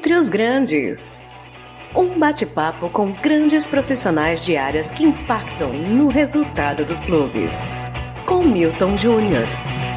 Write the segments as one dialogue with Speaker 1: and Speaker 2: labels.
Speaker 1: Dentre os Grandes. Um bate-papo com grandes profissionais de áreas que impactam no resultado dos clubes. Com Milton Júnior.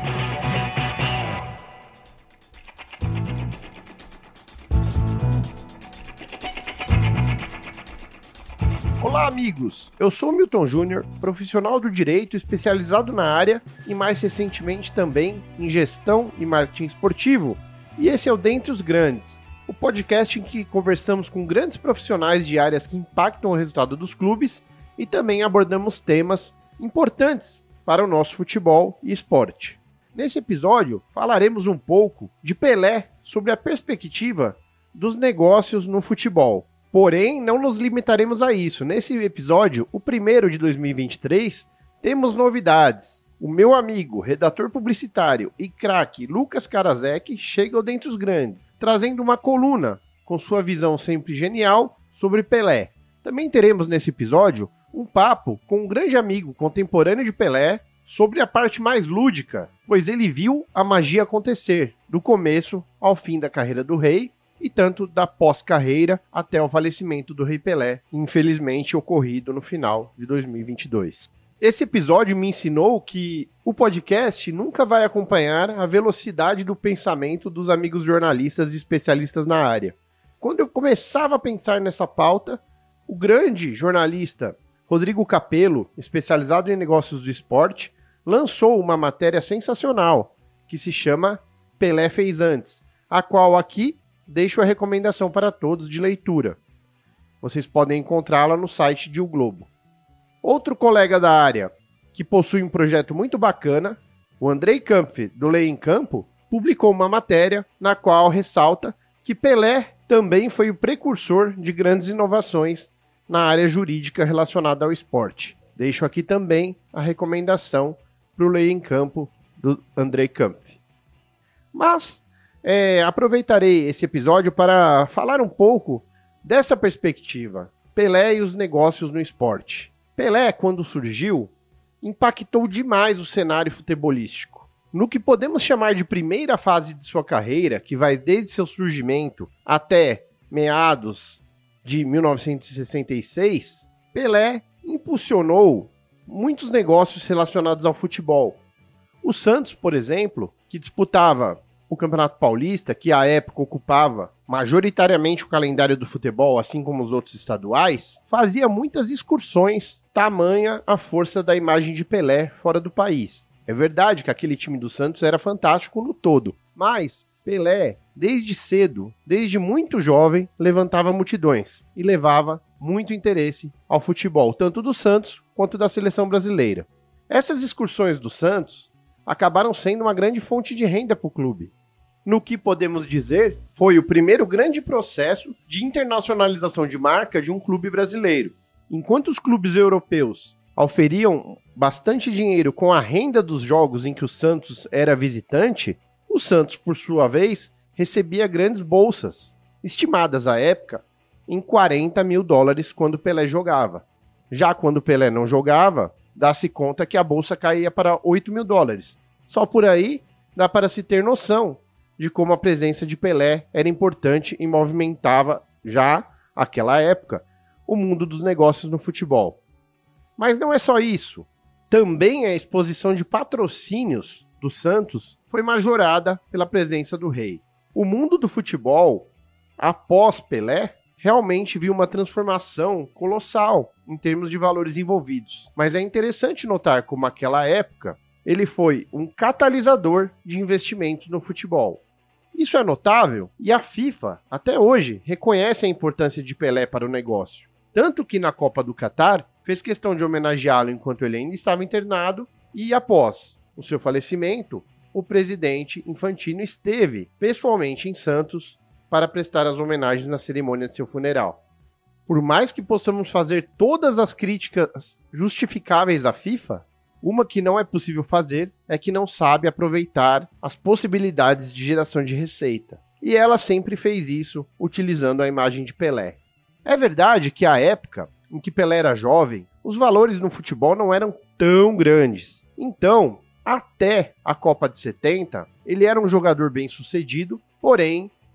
Speaker 2: Olá, amigos! Eu sou o Milton Júnior, profissional do direito especializado na área e mais recentemente também em gestão e marketing esportivo. E esse é o Dentre os Grandes, o podcast em que conversamos com grandes profissionais de áreas que impactam o resultado dos clubes e também abordamos temas importantes para o nosso futebol e esporte. Nesse episódio, falaremos um pouco de Pelé sobre a perspectiva dos negócios no futebol. Porém, não nos limitaremos a isso. Nesse episódio, o primeiro de 2023, temos novidades. O meu amigo, redator publicitário e craque Lucas Karasek chega dentre os grandes, trazendo uma coluna com sua visão sempre genial sobre Pelé. Também teremos nesse episódio um papo com um grande amigo contemporâneo de Pelé sobre a parte mais lúdica, pois ele viu a magia acontecer, do começo ao fim da carreira do rei, e tanto da pós-carreira até o falecimento do Rei Pelé, infelizmente ocorrido no final de 2022. Esse episódio me ensinou que o podcast nunca vai acompanhar a velocidade do pensamento dos amigos jornalistas e especialistas na área. Quando eu começava a pensar nessa pauta, o grande jornalista Rodrigo Capello, especializado em negócios do esporte, lançou uma matéria sensacional, que se chama Pelé Fez Antes, a qual aqui deixo a recomendação para todos de leitura. Vocês podem encontrá-la no site de O Globo. Outro colega da área, que possui um projeto muito bacana, o Andrei Kampf, do Lei em Campo, publicou uma matéria na qual ressalta que Pelé também foi o precursor de grandes inovações na área jurídica relacionada ao esporte. Deixo aqui também a recomendação para o Lei em Campo do Andrei Kampf. Mas aproveitarei esse episódio para falar um pouco dessa perspectiva, Pelé e os negócios no esporte. Pelé, quando surgiu, impactou demais o cenário futebolístico. No que podemos chamar de primeira fase de sua carreira, que vai desde seu surgimento até meados de 1966, Pelé impulsionou muitos negócios relacionados ao futebol. O Santos, por exemplo, que disputava o Campeonato Paulista, que à época ocupava majoritariamente o calendário do futebol, assim como os outros estaduais, fazia muitas excursões, tamanha a força da imagem de Pelé fora do país. É verdade que aquele time do Santos era fantástico no todo, mas Pelé, desde cedo, desde muito jovem, levantava multidões e levava muito interesse ao futebol, tanto do Santos quanto da seleção brasileira. Essas excursões do Santos acabaram sendo uma grande fonte de renda para o clube. No que podemos dizer, foi o primeiro grande processo de internacionalização de marca de um clube brasileiro. Enquanto os clubes europeus auferiam bastante dinheiro com a renda dos jogos em que o Santos era visitante, o Santos, por sua vez, recebia grandes bolsas, estimadas à época em $40 mil quando Pelé jogava. Já quando Pelé não jogava, dá-se conta que a bolsa caía para $8 mil. Só por aí dá para se ter noção de como a presença de Pelé era importante e movimentava, já naquela época, o mundo dos negócios no futebol. Mas não é só isso. Também a exposição de patrocínios do Santos foi majorada pela presença do rei. O mundo do futebol, após Pelé, realmente viu uma transformação colossal em termos de valores envolvidos. Mas é interessante notar como naquela época ele foi um catalisador de investimentos no futebol. Isso é notável e a FIFA, até hoje, reconhece a importância de Pelé para o negócio. Tanto que na Copa do Catar fez questão de homenageá-lo enquanto ele ainda estava internado e após o seu falecimento, o presidente Infantino esteve pessoalmente em Santos para prestar as homenagens na cerimônia de seu funeral. Por mais que possamos fazer todas as críticas justificáveis à FIFA, uma que não é possível fazer é que não sabe aproveitar as possibilidades de geração de receita. E ela sempre fez isso utilizando a imagem de Pelé. É verdade que à época em que Pelé era jovem, os valores no futebol não eram tão grandes. Então, até a Copa de 70, ele era um jogador bem sucedido, porém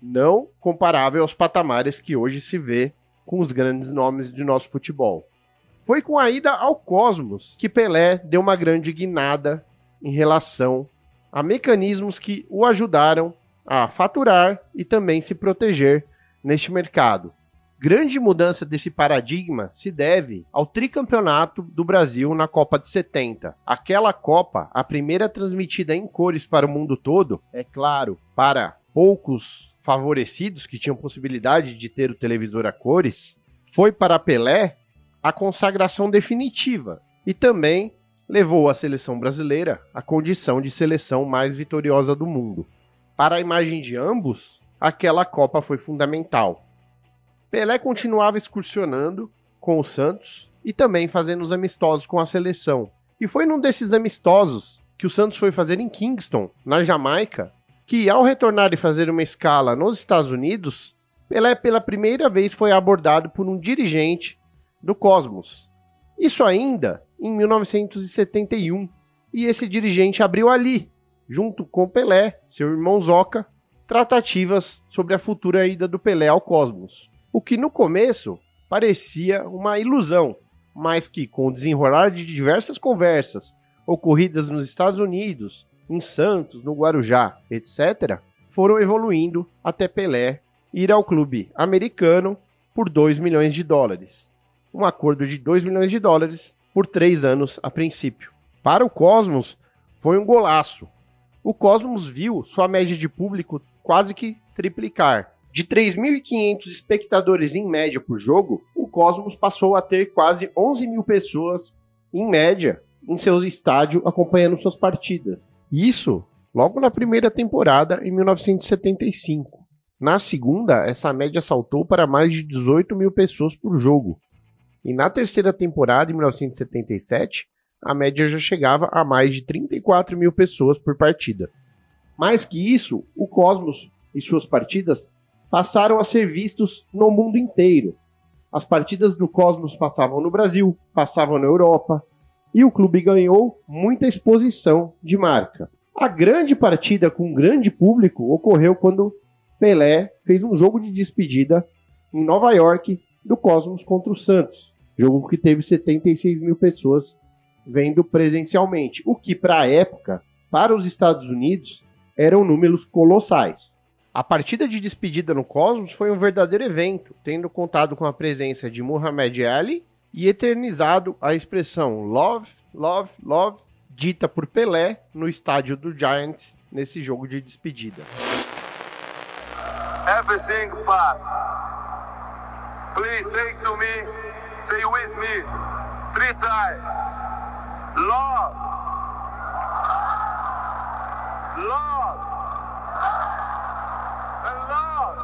Speaker 2: não comparável aos patamares que hoje se vê com os grandes nomes de nosso futebol. Foi com a ida ao Cosmos que Pelé deu uma grande guinada em relação a mecanismos que o ajudaram a faturar e também se proteger neste mercado. Grande mudança desse paradigma se deve ao tricampeonato do Brasil na Copa de 70. Aquela Copa, a primeira transmitida em cores para o mundo todo, é claro, para poucos favorecidos que tinham possibilidade de ter o televisor a cores, foi para Pelé a consagração definitiva e também levou a seleção brasileira à condição de seleção mais vitoriosa do mundo. Para a imagem de ambos, aquela Copa foi fundamental. Pelé continuava excursionando com o Santos e também fazendo os amistosos com a seleção. E foi num desses amistosos que o Santos foi fazer em Kingston, na Jamaica, que ao retornar e fazer uma escala nos Estados Unidos, Pelé pela primeira vez foi abordado por um dirigente do Cosmos. Isso ainda em 1971, e esse dirigente abriu ali, junto com Pelé, seu irmão Zoca, tratativas sobre a futura ida do Pelé ao Cosmos. O que no começo parecia uma ilusão, mas que com o desenrolar de diversas conversas ocorridas nos Estados Unidos, em Santos, no Guarujá, etc., foram evoluindo até Pelé ir ao clube americano por 2 milhões de dólares. Um acordo de 2 milhões de dólares por 3 anos a princípio. Para o Cosmos, foi um golaço. O Cosmos viu sua média de público quase que triplicar. De 3.500 espectadores em média por jogo, o Cosmos passou a ter quase 11 mil pessoas, em média, em seu estádio acompanhando suas partidas. Isso logo na primeira temporada, em 1975. Na segunda, essa média saltou para mais de 18 mil pessoas por jogo. E na terceira temporada, em 1977, a média já chegava a mais de 34 mil pessoas por partida. Mais que isso, o Cosmos e suas partidas passaram a ser vistos no mundo inteiro. As partidas do Cosmos passavam no Brasil, passavam na Europa, e o clube ganhou muita exposição de marca. A grande partida com um grande público ocorreu quando Pelé fez um jogo de despedida em Nova York do Cosmos contra o Santos, jogo que teve 76 mil pessoas vendo presencialmente, o que para a época, para os Estados Unidos, eram números colossais. A partida de despedida no Cosmos foi um verdadeiro evento, tendo contado com a presença de Muhammad Ali e eternizado a expressão Love, Love, Love, dita por Pelé no estádio do Giants nesse jogo de despedida.
Speaker 3: Everything pass. Please say to me, say with me, 3 times. Love. Love. And love.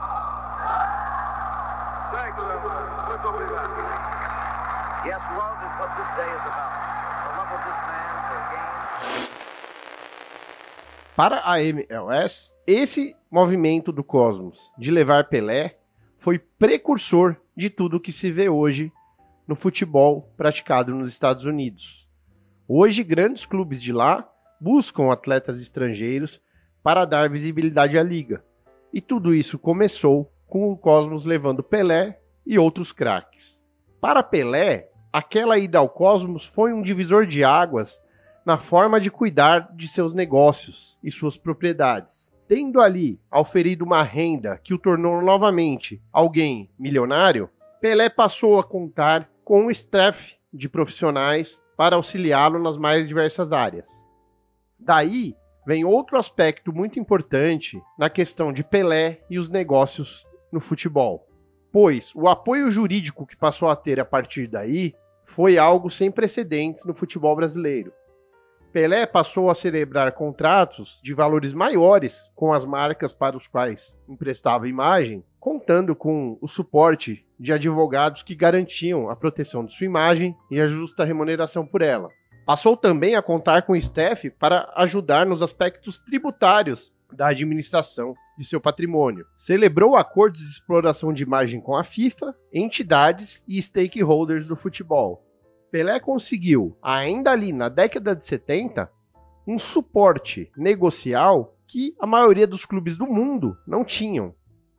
Speaker 3: Thank you very much. Muito obrigado.
Speaker 4: Yes, love is what this day is about. The love of this man for a game.
Speaker 2: Para a MLS, esse movimento do Cosmos de levar Pelé foi precursor de tudo que se vê hoje no futebol praticado nos Estados Unidos. Hoje, grandes clubes de lá buscam atletas estrangeiros para dar visibilidade à liga. E tudo isso começou com o Cosmos levando Pelé e outros craques. Para Pelé, aquela ida ao Cosmos foi um divisor de águas na forma de cuidar de seus negócios e suas propriedades. Tendo ali auferido uma renda que o tornou novamente alguém milionário, Pelé passou a contar com um staff de profissionais para auxiliá-lo nas mais diversas áreas. Daí vem outro aspecto muito importante na questão de Pelé e os negócios no futebol, pois o apoio jurídico que passou a ter a partir daí foi algo sem precedentes no futebol brasileiro. Pelé passou a celebrar contratos de valores maiores com as marcas para os quais emprestava imagem, contando com o suporte de advogados que garantiam a proteção de sua imagem e a justa remuneração por ela. Passou também a contar com o staff para ajudar nos aspectos tributários da administração de seu patrimônio. Celebrou acordos de exploração de imagem com a FIFA, entidades e stakeholders do futebol. Pelé conseguiu, ainda ali na década de 70, um suporte negocial que a maioria dos clubes do mundo não tinham.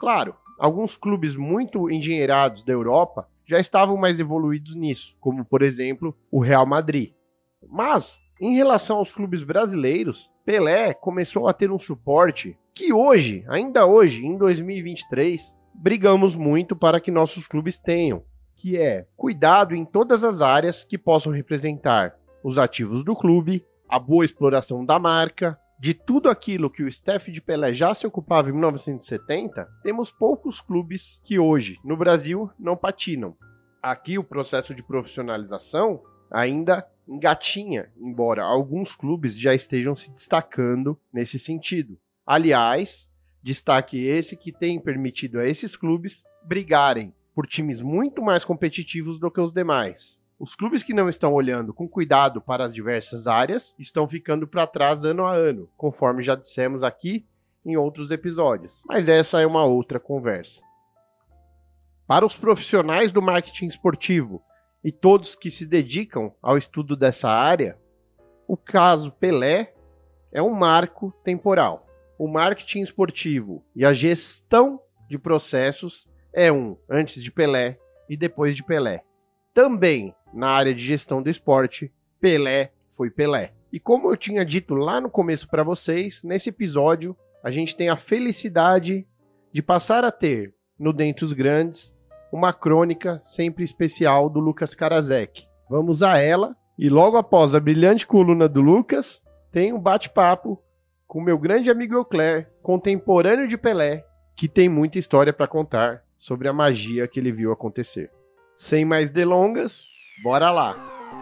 Speaker 2: Claro, alguns clubes muito endinheirados da Europa já estavam mais evoluídos nisso, como por exemplo o Real Madrid. Mas, em relação aos clubes brasileiros, Pelé começou a ter um suporte que hoje, ainda hoje, em 2023, brigamos muito para que nossos clubes tenham, que é cuidado em todas as áreas que possam representar os ativos do clube, a boa exploração da marca. De tudo aquilo que o staff de Pelé já se ocupava em 1970, temos poucos clubes que hoje, no Brasil, não patinam. Aqui o processo de profissionalização ainda engatinha, embora alguns clubes já estejam se destacando nesse sentido. Aliás, destaque esse que tem permitido a esses clubes brigarem por times muito mais competitivos do que os demais. Os clubes que não estão olhando com cuidado para as diversas áreas estão ficando para trás ano a ano, conforme já dissemos aqui em outros episódios. Mas essa é uma outra conversa. Para os profissionais do marketing esportivo e todos que se dedicam ao estudo dessa área, o caso Pelé é um marco temporal. O marketing esportivo e a gestão de processos é antes de Pelé e depois de Pelé. Também na área de gestão do esporte, Pelé foi Pelé. E como eu tinha dito lá no começo para vocês, nesse episódio a gente tem a felicidade de passar a ter, no Dentre os Grandes, uma crônica sempre especial do Lucas Karasek. Vamos a ela e logo após a brilhante coluna do Lucas, tem um bate-papo com meu grande amigo Eucler, contemporâneo de Pelé, que tem muita história para contar sobre a magia que ele viu acontecer. Sem mais delongas, bora lá!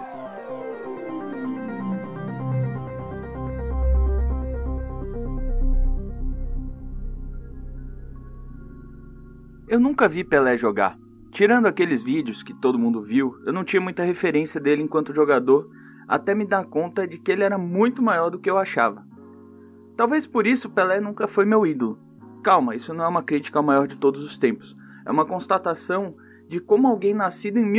Speaker 5: Eu nunca vi Pelé jogar. Tirando aqueles vídeos que todo mundo viu, eu não tinha muita referência dele enquanto jogador, até me dar conta de que ele era muito maior do que eu achava. Talvez por isso Pelé nunca foi meu ídolo. Calma, isso não é uma crítica ao maior de todos os tempos. É uma constatação de como alguém nascido em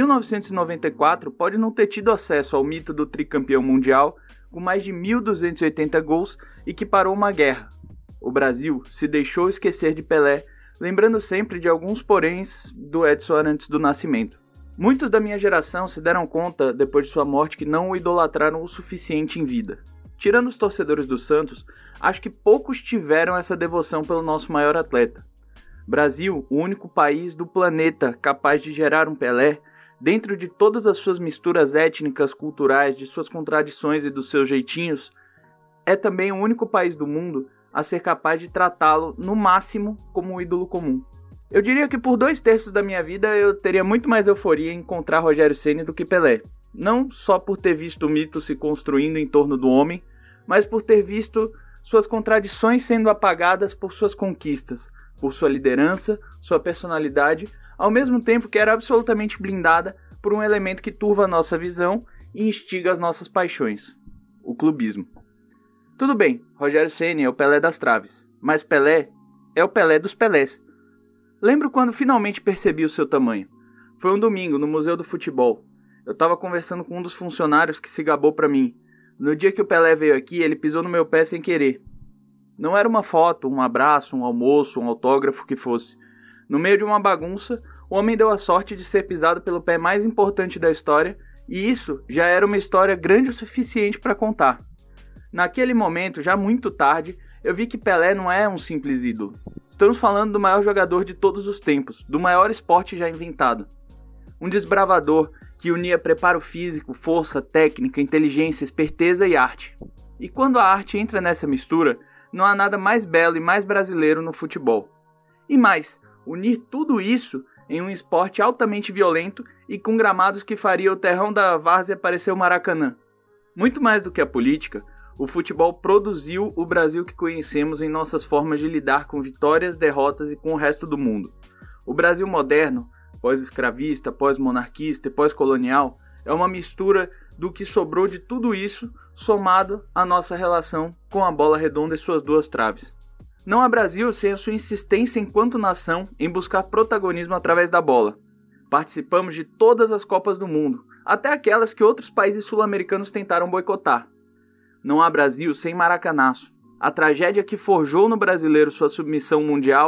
Speaker 5: 1994 pode não ter tido acesso ao mito do tricampeão mundial com mais de 1.280 gols e que parou uma guerra. O Brasil se deixou esquecer de Pelé, lembrando sempre de alguns poréns do Edson antes do nascimento. Muitos da minha geração se deram conta, depois de sua morte, que não o idolatraram o suficiente em vida. Tirando os torcedores do Santos, acho que poucos tiveram essa devoção pelo nosso maior atleta. Brasil, o único país do planeta capaz de gerar um Pelé, dentro de todas as suas misturas étnicas, culturais, de suas contradições e dos seus jeitinhos, é também o único país do mundo a ser capaz de tratá-lo, no máximo, como um ídolo comum. Eu diria que por 2/3 da minha vida eu teria muito mais euforia em encontrar Rogério Ceni do que Pelé. Não só por ter visto o mito se construindo em torno do homem, mas por ter visto suas contradições sendo apagadas por suas conquistas, por sua liderança, sua personalidade, ao mesmo tempo que era absolutamente blindada por um elemento que turva a nossa visão e instiga as nossas paixões: o clubismo. Tudo bem, Rogério Ceni é o Pelé das traves, mas Pelé é o Pelé dos Pelés. Lembro quando finalmente percebi o seu tamanho. Foi um domingo, no Museu do Futebol. Eu estava conversando com um dos funcionários que se gabou para mim. No dia que o Pelé veio aqui, ele pisou no meu pé sem querer. Não era uma foto, um abraço, um almoço, um autógrafo que fosse. No meio de uma bagunça, o homem deu a sorte de ser pisado pelo pé mais importante da história, e isso já era uma história grande o suficiente para contar. Naquele momento, já muito tarde, eu vi que Pelé não é um simples ídolo. Estamos falando do maior jogador de todos os tempos, do maior esporte já inventado. Um desbravador que unia preparo físico, força, técnica, inteligência, esperteza e arte. E quando a arte entra nessa mistura, não há nada mais belo e mais brasileiro no futebol. E mais, unir tudo isso em um esporte altamente violento e com gramados que faria o terrão da várzea parecer o Maracanã. Muito mais do que a política, o futebol produziu o Brasil que conhecemos em nossas formas de lidar com vitórias, derrotas e com o resto do mundo. O Brasil moderno, pós-escravista, pós-monarquista e pós-colonial, é uma mistura do que sobrou de tudo isso, somado à nossa relação com a bola redonda e suas duas traves. Não há Brasil sem a sua insistência enquanto nação em buscar protagonismo através da bola. Participamos de todas as Copas do Mundo, até aquelas que outros países sul-americanos tentaram boicotar. Não há Brasil sem Maracanaço, a tragédia que forjou no brasileiro sua submissão mundial,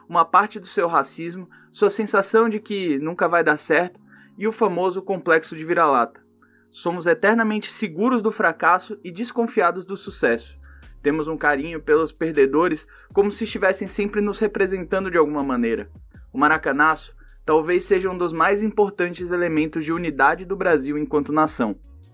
Speaker 5: uma parte do seu racismo, sua sensação de que nunca vai dar certo e o famoso complexo de vira-lata. Somos eternamente seguros do fracasso e desconfiados do sucesso. Temos um carinho pelos perdedores como se estivessem sempre nos representando de alguma maneira. O maracanaço talvez seja um dos mais importantes elementos de unidade do Brasil enquanto nação.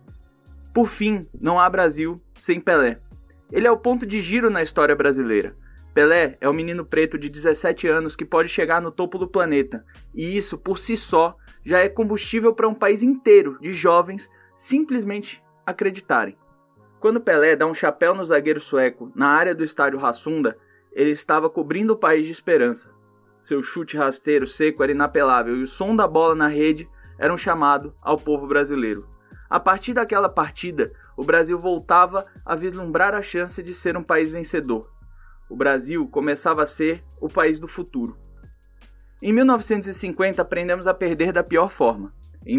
Speaker 5: Por fim, não há Brasil sem Pelé. Ele é o ponto de giro na história brasileira. Pelé é o menino preto de 17 anos que pode chegar no topo do planeta, e isso, por si só, já é combustível para um país inteiro de jovens simplesmente acreditarem. Quando Pelé dá um chapéu no zagueiro sueco na área do estádio Hassunda, ele estava cobrindo o país de esperança. Seu chute rasteiro seco era inapelável e o som da bola na rede era um chamado ao povo brasileiro. A partir daquela partida, o Brasil voltava a vislumbrar a chance de ser um país vencedor. O Brasil começava a ser o país do futuro. Em 1950, aprendemos a perder da pior forma. Em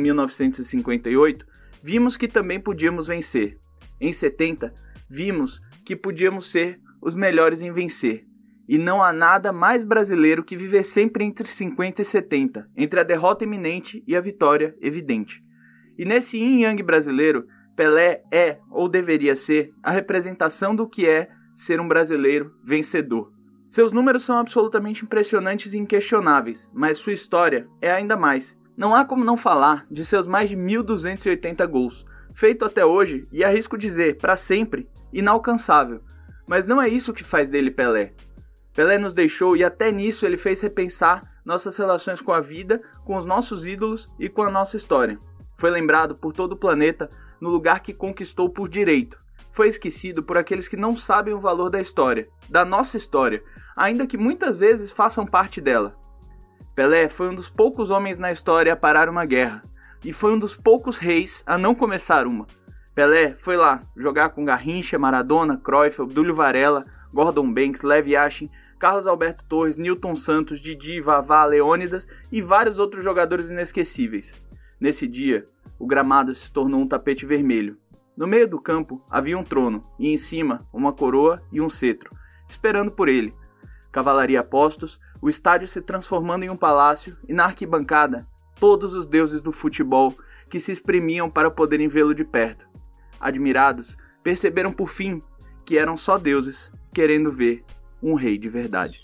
Speaker 5: 1958, vimos que também podíamos vencer. Em 70, vimos que podíamos ser os melhores em vencer. E não há nada mais brasileiro que viver sempre entre 50 e 70, entre a derrota iminente e a vitória evidente. E nesse yin-yang brasileiro, Pelé é, ou deveria ser, a representação do que é ser um brasileiro vencedor. Seus números são absolutamente impressionantes e inquestionáveis, mas sua história é ainda mais. Não há como não falar de seus mais de 1.280 gols, feito até hoje, e arrisco dizer, para sempre, inalcançável. Mas não é isso que faz dele Pelé. Pelé nos deixou e até nisso ele fez repensar nossas relações com a vida, com os nossos ídolos e com a nossa história. Foi lembrado por todo o planeta no lugar que conquistou por direito. Foi esquecido por aqueles que não sabem o valor da história, da nossa história, ainda que muitas vezes façam parte dela. Pelé foi um dos poucos homens na história a parar uma guerra, e foi um dos poucos reis a não começar uma. Pelé foi lá jogar com Garrincha, Maradona, Cruyff, Obdúlio Varela, Gordon Banks, Lev Yashin, Carlos Alberto Torres, Nilton Santos, Didi, Vavá, Leônidas e vários outros jogadores inesquecíveis. Nesse dia, o gramado se tornou um tapete vermelho. No meio do campo havia um trono, e em cima uma coroa e um cetro, esperando por ele. Cavalaria a postos, o estádio se transformando em um palácio, e na arquibancada, todos os deuses do futebol que se espremiam para poderem vê-lo de perto. Admirados, perceberam por fim que eram só deuses querendo ver um rei de verdade.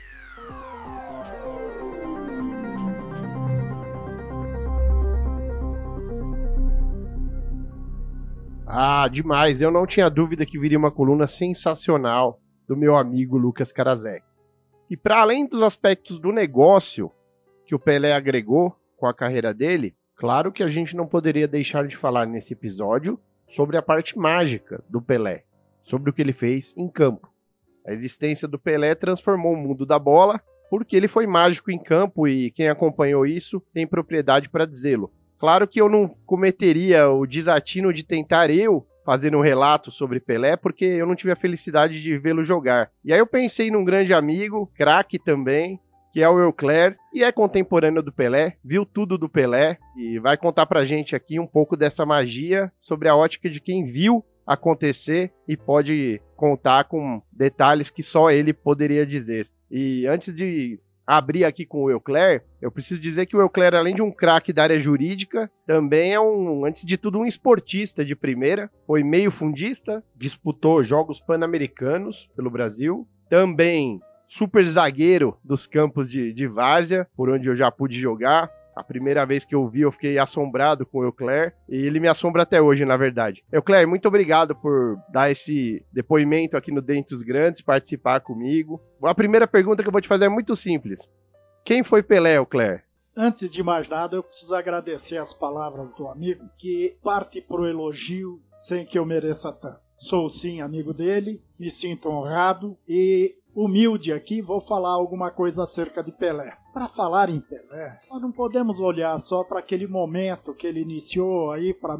Speaker 2: Ah, demais. Eu não tinha dúvida que viria uma coluna sensacional do meu amigo Lucas Karaszek. E para além dos aspectos do negócio que o Pelé agregou com a carreira dele, claro que a gente não poderia deixar de falar nesse episódio sobre a parte mágica do Pelé, sobre o que ele fez em campo. A existência do Pelé transformou o mundo da bola, porque ele foi mágico em campo e quem acompanhou isso tem propriedade para dizê-lo. Claro que eu não cometeria o desatino de tentar eu fazer um relato sobre Pelé, porque eu não tive a felicidade de vê-lo jogar. E aí eu pensei num grande amigo, craque também, que é o Eucler, e é contemporâneo do Pelé, viu tudo do Pelé, e vai contar pra gente aqui um pouco dessa magia sobre a ótica de quem viu acontecer e pode contar com detalhes que só ele poderia dizer. E antes de abrir aqui com o Eucler, eu preciso dizer que o Eucler, além de um craque da área jurídica, também é antes de tudo, um esportista de primeira. Foi meio fundista, disputou Jogos Pan-Americanos pelo Brasil, também super zagueiro dos campos de várzea, por onde eu já pude jogar. A primeira vez que eu vi, eu fiquei assombrado com o Eucler, e ele me assombra até hoje, na verdade. Eucler, muito obrigado por dar esse depoimento aqui no Dentre os Grandes, participar comigo. A primeira pergunta que eu vou te fazer é muito simples. Quem foi Pelé, Eucler?
Speaker 6: Antes de mais nada, eu preciso agradecer as palavras do amigo, que parte pro elogio sem que eu mereça tanto. Sou sim amigo dele, me sinto honrado e humilde aqui, vou falar alguma coisa acerca de Pelé. Para falar em Pelé, nós não podemos olhar só para aquele momento que ele iniciou aí para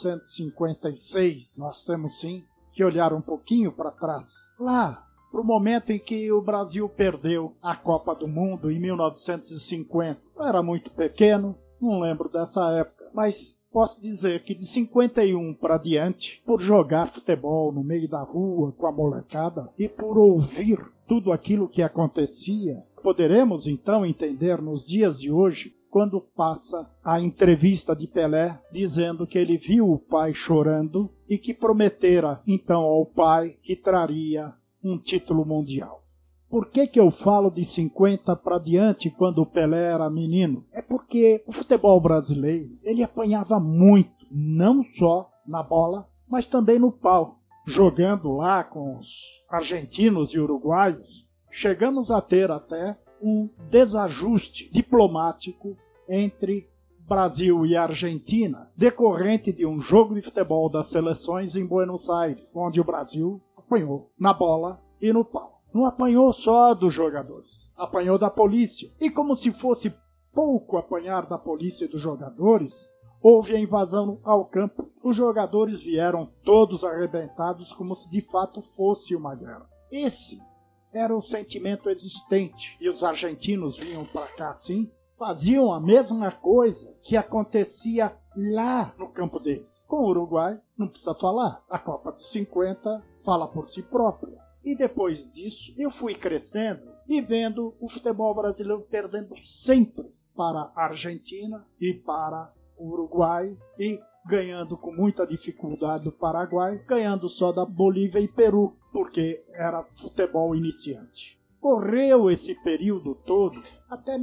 Speaker 6: 1956. Nós temos sim que olhar um pouquinho para trás. Lá, para o momento em que o Brasil perdeu a Copa do Mundo em 1950. Eu era muito pequeno, não lembro dessa época, mas posso dizer que de 51 para diante, por jogar futebol no meio da rua com a molecada e por ouvir tudo aquilo que acontecia, poderemos então entender nos dias de hoje, quando passa a entrevista de Pelé dizendo que ele viu o pai chorando e que prometera então ao pai que traria um título mundial. Por que eu falo de 50 para diante quando o Pelé era menino? É porque o futebol brasileiro, ele apanhava muito, não só na bola, mas também no pau. Jogando lá com os argentinos e uruguaios, chegamos a ter até um desajuste diplomático entre Brasil e Argentina, decorrente de um jogo de futebol das seleções em Buenos Aires, onde o Brasil apanhou na bola e no pau. Não apanhou só dos jogadores, apanhou da polícia. E como se fosse pouco apanhar da polícia e dos jogadores, houve a invasão ao campo. Os jogadores vieram todos arrebentados como se de fato fosse uma guerra. Esse era o sentimento existente. E os argentinos vinham para cá assim, faziam a mesma coisa que acontecia lá no campo deles. Com o Uruguai, não precisa falar. A Copa de 50 fala por si própria. E depois disso, eu fui crescendo e vendo o futebol brasileiro perdendo sempre para a Argentina e para o Uruguai e ganhando com muita dificuldade do Paraguai, ganhando só da Bolívia e Peru, porque era futebol iniciante. Correu esse período todo até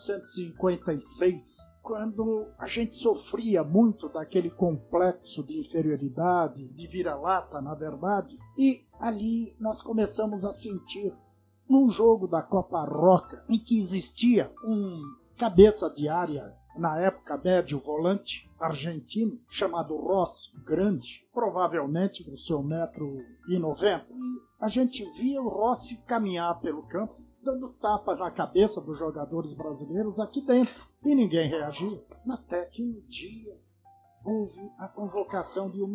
Speaker 6: 1956, quando a gente sofria muito daquele complexo de inferioridade, de vira-lata, na verdade, e ali nós começamos a sentir, num jogo da Copa Roca, em que existia um cabeça de área, na época médio volante argentino, chamado Rossi, grande, provavelmente com seu 1,90 m, e a gente via o Rossi caminhar pelo campo, dando tapas na cabeça dos jogadores brasileiros aqui dentro, e ninguém reagia. Até que um dia houve a convocação de um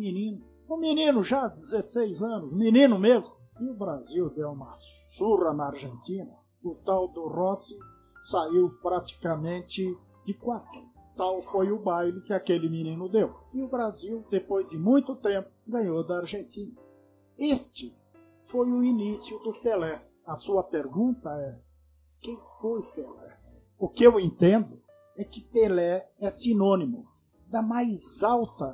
Speaker 6: menino já 16 anos, menino mesmo, e o Brasil deu uma surra na Argentina. O tal do Rossi saiu praticamente de 4. Tal foi o baile que aquele menino deu. E o Brasil, depois de muito tempo, ganhou da Argentina. Este foi o início do Pelé. A sua pergunta é: quem foi Pelé? O que eu entendo é que Pelé é sinônimo da mais alta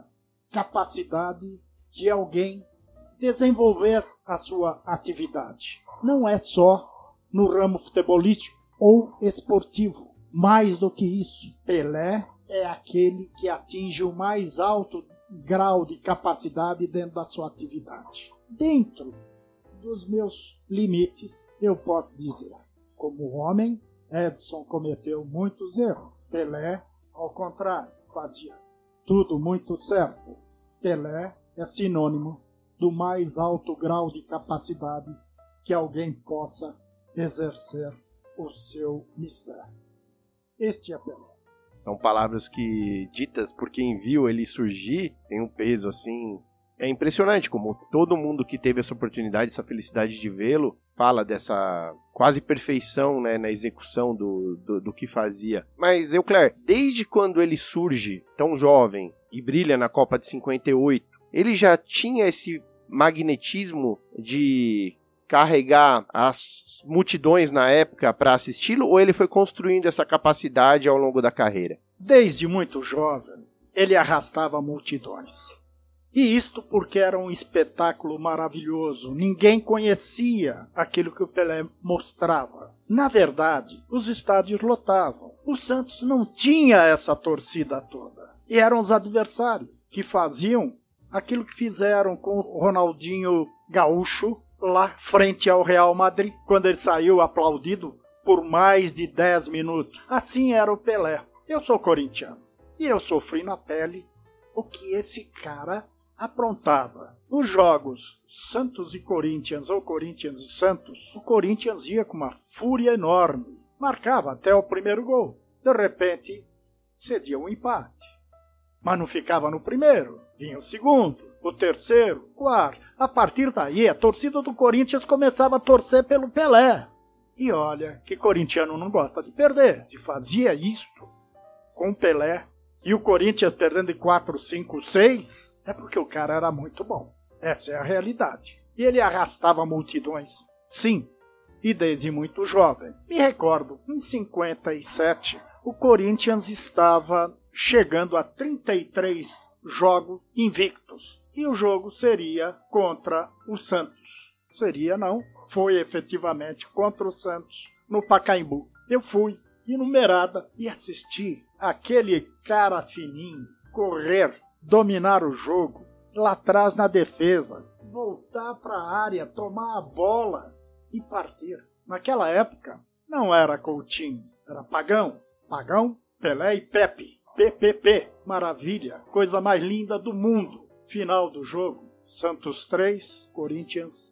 Speaker 6: capacidade de alguém desenvolver a sua atividade. Não é só no ramo futebolístico ou esportivo. Mais do que isso, Pelé é aquele que atinge o mais alto grau de capacidade dentro da sua atividade. Dentro dos meus limites, eu posso dizer, como homem, Edson cometeu muitos erros. Pelé, ao contrário, fazia tudo muito certo. Pelé é sinônimo do mais alto grau de capacidade que alguém possa exercer o seu mistério. Este é Pelé.
Speaker 2: São palavras que, ditas por quem viu ele surgir, tem um peso assim. É impressionante como todo mundo que teve essa oportunidade, essa felicidade de vê-lo, fala dessa quase perfeição, né, na execução do que fazia. Mas, Eucler, desde quando ele surge tão jovem e brilha na Copa de 58, ele já tinha esse magnetismo de carregar as multidões na época para assisti-lo, ou ele foi construindo essa capacidade ao longo da carreira?
Speaker 6: Desde muito jovem, ele arrastava multidões. E isto porque era um espetáculo maravilhoso. Ninguém conhecia aquilo que o Pelé mostrava. Na verdade, os estádios lotavam. O Santos não tinha essa torcida toda. E eram os adversários que faziam aquilo que fizeram com o Ronaldinho Gaúcho lá frente ao Real Madrid, quando ele saiu aplaudido por mais de 10 minutos. Assim era o Pelé. Eu sou corintiano e eu sofri na pele o que esse cara aprontava. Nos jogos Santos e Corinthians ou Corinthians e Santos, o Corinthians ia com uma fúria enorme. Marcava até o primeiro gol. De repente, cedia um empate. Mas não ficava no primeiro. Vinha o segundo, o terceiro, o quarto. A partir daí, a torcida do Corinthians começava a torcer pelo Pelé. E olha que corintiano não gosta de perder. Se fazia isto com o Pelé e o Corinthians perdendo de 4, 5, 6, é porque o cara era muito bom. Essa é a realidade. E ele arrastava multidões, sim. e desde muito jovem. Me recordo, em 57, o Corinthians estava chegando a 33 jogos invictos. E o jogo seria contra o Santos. Seria não, foi efetivamente contra o Santos no Pacaembu. Eu fui enumerada e assisti aquele cara fininho correr, dominar o jogo, lá atrás na defesa, voltar para a área, tomar a bola e partir. Naquela época não era Coutinho, era Pagão, Pelé e Pepe. PPP, maravilha, coisa mais linda do mundo. Final do jogo, Santos 3, Corinthians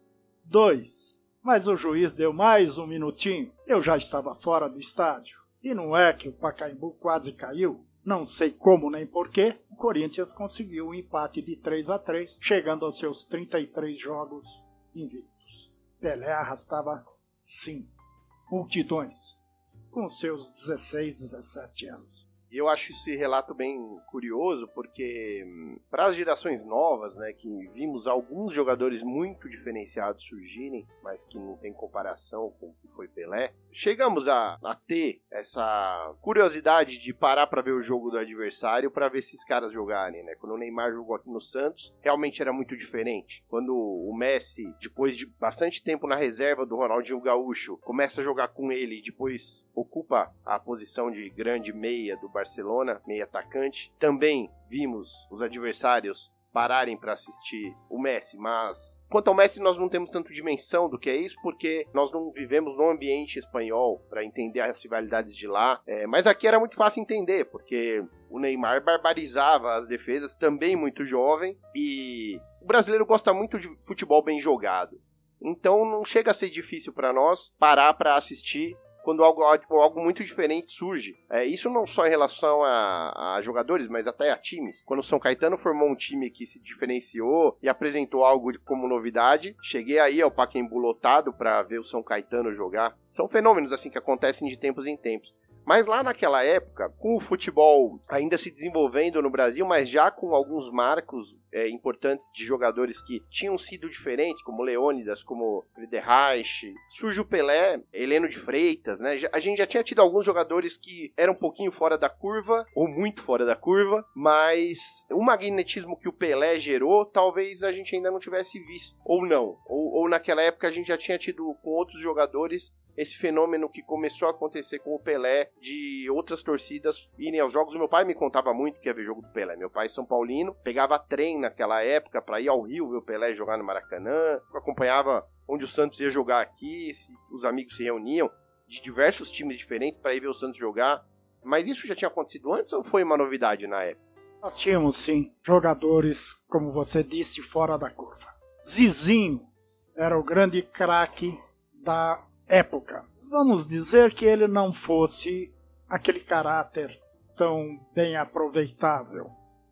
Speaker 6: 2. Mas o juiz deu mais um minutinho, eu já estava fora do estádio. E não é que o Pacaembu quase caiu? Não sei como nem porquê, o Corinthians conseguiu um empate de 3-3, chegando aos seus 33 jogos invictos. Pelé arrastava, sim, multidões, com seus 16, 17 anos.
Speaker 2: E eu acho esse relato bem curioso, porque para as gerações novas, né, que vimos alguns jogadores muito diferenciados surgirem, mas que não tem comparação com o que foi Pelé, chegamos a ter essa curiosidade de parar para ver o jogo do adversário, para ver esses caras jogarem, né? Quando o Neymar jogou aqui no Santos, realmente era muito diferente. Quando o Messi, depois de bastante tempo na reserva do Ronaldinho Gaúcho, começa a jogar com ele e depois ocupa a posição de grande meia do Barcelona, meia atacante. Também vimos os adversários pararem para assistir o Messi, mas quanto ao Messi nós não temos tanto dimensão do que é isso, porque nós não vivemos no ambiente espanhol para entender as rivalidades de lá, mas aqui era muito fácil entender, porque o Neymar barbarizava as defesas, também muito jovem, e o brasileiro gosta muito de futebol bem jogado, então não chega a ser difícil para nós parar para assistir quando algo muito diferente surge. Isso não só em relação a jogadores, mas até a times. Quando o São Caetano formou um time que se diferenciou e apresentou algo como novidade, cheguei aí ao Pacaembu lotado para ver o São Caetano jogar. São fenômenos assim que acontecem de tempos em tempos. Mas lá naquela época, com o futebol ainda se desenvolvendo no Brasil, mas já com alguns marcos importantes de jogadores que tinham sido diferentes, como Leônidas, como Friedreich, surge o Pelé, Heleno de Freitas, né? A gente já tinha tido alguns jogadores que eram um pouquinho fora da curva, ou muito fora da curva, mas o magnetismo que o Pelé gerou, talvez a gente ainda não tivesse visto, ou não. Ou naquela época a gente já tinha tido com outros jogadores esse fenômeno que começou a acontecer com o Pelé, de outras torcidas irem aos jogos. O meu pai me contava muito que ia ver jogo do Pelé. Meu pai é São Paulino, pegava trem naquela época para ir ao Rio ver o Pelé jogar no Maracanã, acompanhava onde o Santos ia jogar aqui, os amigos se reuniam de diversos times diferentes para ir ver o Santos jogar. Mas isso já tinha acontecido antes ou foi uma novidade na época?
Speaker 6: Nós tínhamos, sim, jogadores, como você disse, fora da curva. Zizinho era o grande craque da época. Vamos dizer que ele não fosse aquele caráter tão bem aproveitável,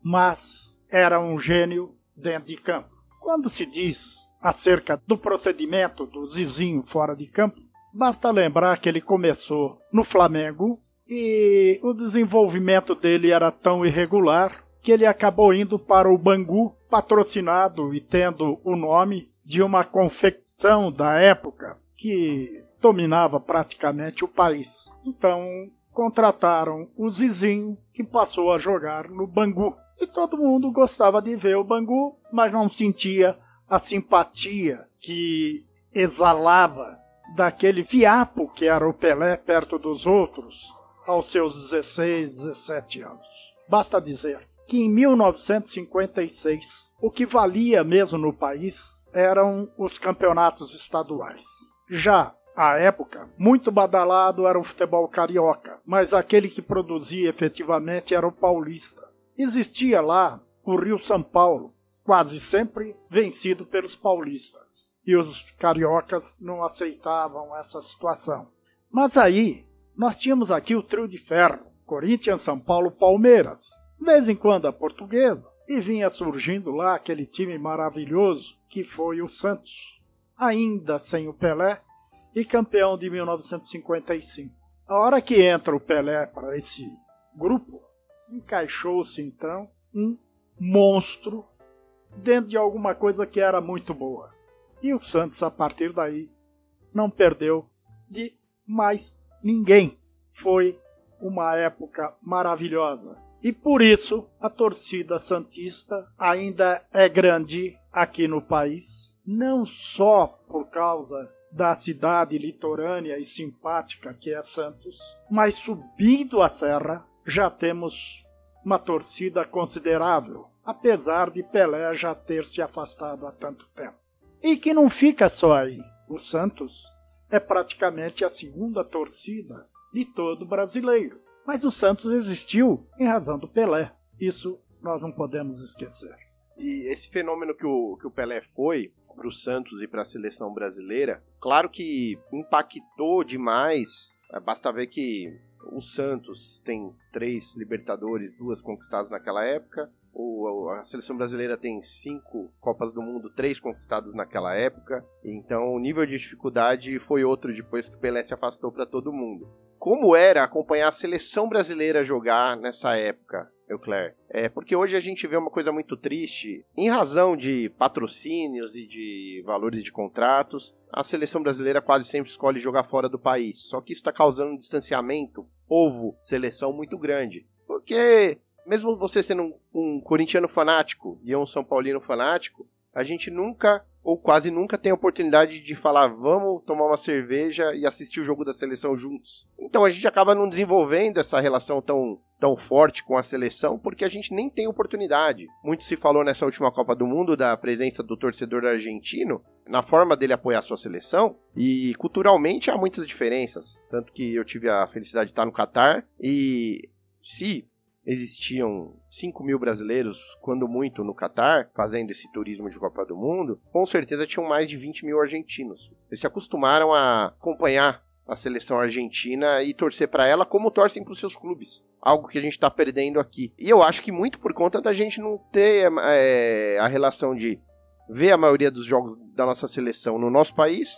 Speaker 6: mas era um gênio dentro de campo. Quando se diz acerca do procedimento do Zizinho fora de campo, basta lembrar que ele começou no Flamengo e o desenvolvimento dele era tão irregular que ele acabou indo para o Bangu, patrocinado e tendo o nome de uma confecção da época que dominava praticamente o país. Então, contrataram o Zizinho, que passou a jogar no Bangu. E todo mundo gostava de ver o Bangu, mas não sentia a simpatia que exalava daquele fiapo que era o Pelé perto dos outros, aos seus 16, 17 anos. Basta dizer que em 1956, o que valia mesmo no país eram os campeonatos estaduais. Já à época, muito badalado era o futebol carioca, mas aquele que produzia efetivamente era o paulista. Existia lá o Rio São Paulo, quase sempre vencido pelos paulistas, e os cariocas não aceitavam essa situação. Mas aí, nós tínhamos aqui o trio de ferro, Corinthians, São Paulo, Palmeiras, de vez em quando a Portuguesa, e vinha surgindo lá aquele time maravilhoso que foi o Santos, ainda sem o Pelé, e campeão de 1955. A hora que entra o Pelé para esse grupo, encaixou-se então um monstro dentro de alguma coisa que era muito boa. E o Santos, a partir daí, não perdeu de mais ninguém. Foi uma época maravilhosa. E por isso a torcida santista ainda é grande aqui no país, não só por causa da cidade litorânea e simpática que é Santos, mas subindo a serra já temos uma torcida considerável, apesar de Pelé já ter se afastado há tanto tempo. E que não fica só aí. O Santos é praticamente a segunda torcida de todo brasileiro. Mas o Santos existiu em razão do Pelé. Isso nós não podemos esquecer.
Speaker 2: E esse fenômeno que o Pelé foi para o Santos e para a seleção brasileira, claro que impactou demais. Basta ver que o Santos tem 3 Libertadores, 2 conquistadas naquela época. A seleção brasileira tem 5 Copas do Mundo, 3 conquistadas naquela época. Então o nível de dificuldade foi outro depois que o Pelé se afastou para todo mundo. Como era acompanhar a seleção brasileira jogar nessa época, Eucler? Porque hoje a gente vê uma coisa muito triste. Em razão de patrocínios e de valores de contratos, a seleção brasileira quase sempre escolhe jogar fora do país. Só que isso está causando um distanciamento povo-seleção muito grande. Porque mesmo você sendo um corintiano fanático e um São Paulino fanático, a gente nunca, ou quase nunca, tem a oportunidade de falar, vamos tomar uma cerveja e assistir o jogo da seleção juntos. Então a gente acaba não desenvolvendo essa relação tão forte com a seleção, porque a gente nem tem oportunidade. Muito se falou nessa última Copa do Mundo da presença do torcedor argentino, na forma dele apoiar a sua seleção, e culturalmente há muitas diferenças. Tanto que eu tive a felicidade de estar no Catar, e se existiam 5 mil brasileiros, quando muito, no Catar, fazendo esse turismo de Copa do Mundo, com certeza tinham mais de 20 mil argentinos. Eles se acostumaram a acompanhar a seleção argentina e torcer para ela como torcem para os seus clubes. Algo que a gente está perdendo aqui. E eu acho que muito por conta da gente não ter a relação de ver a maioria dos jogos da nossa seleção no nosso país,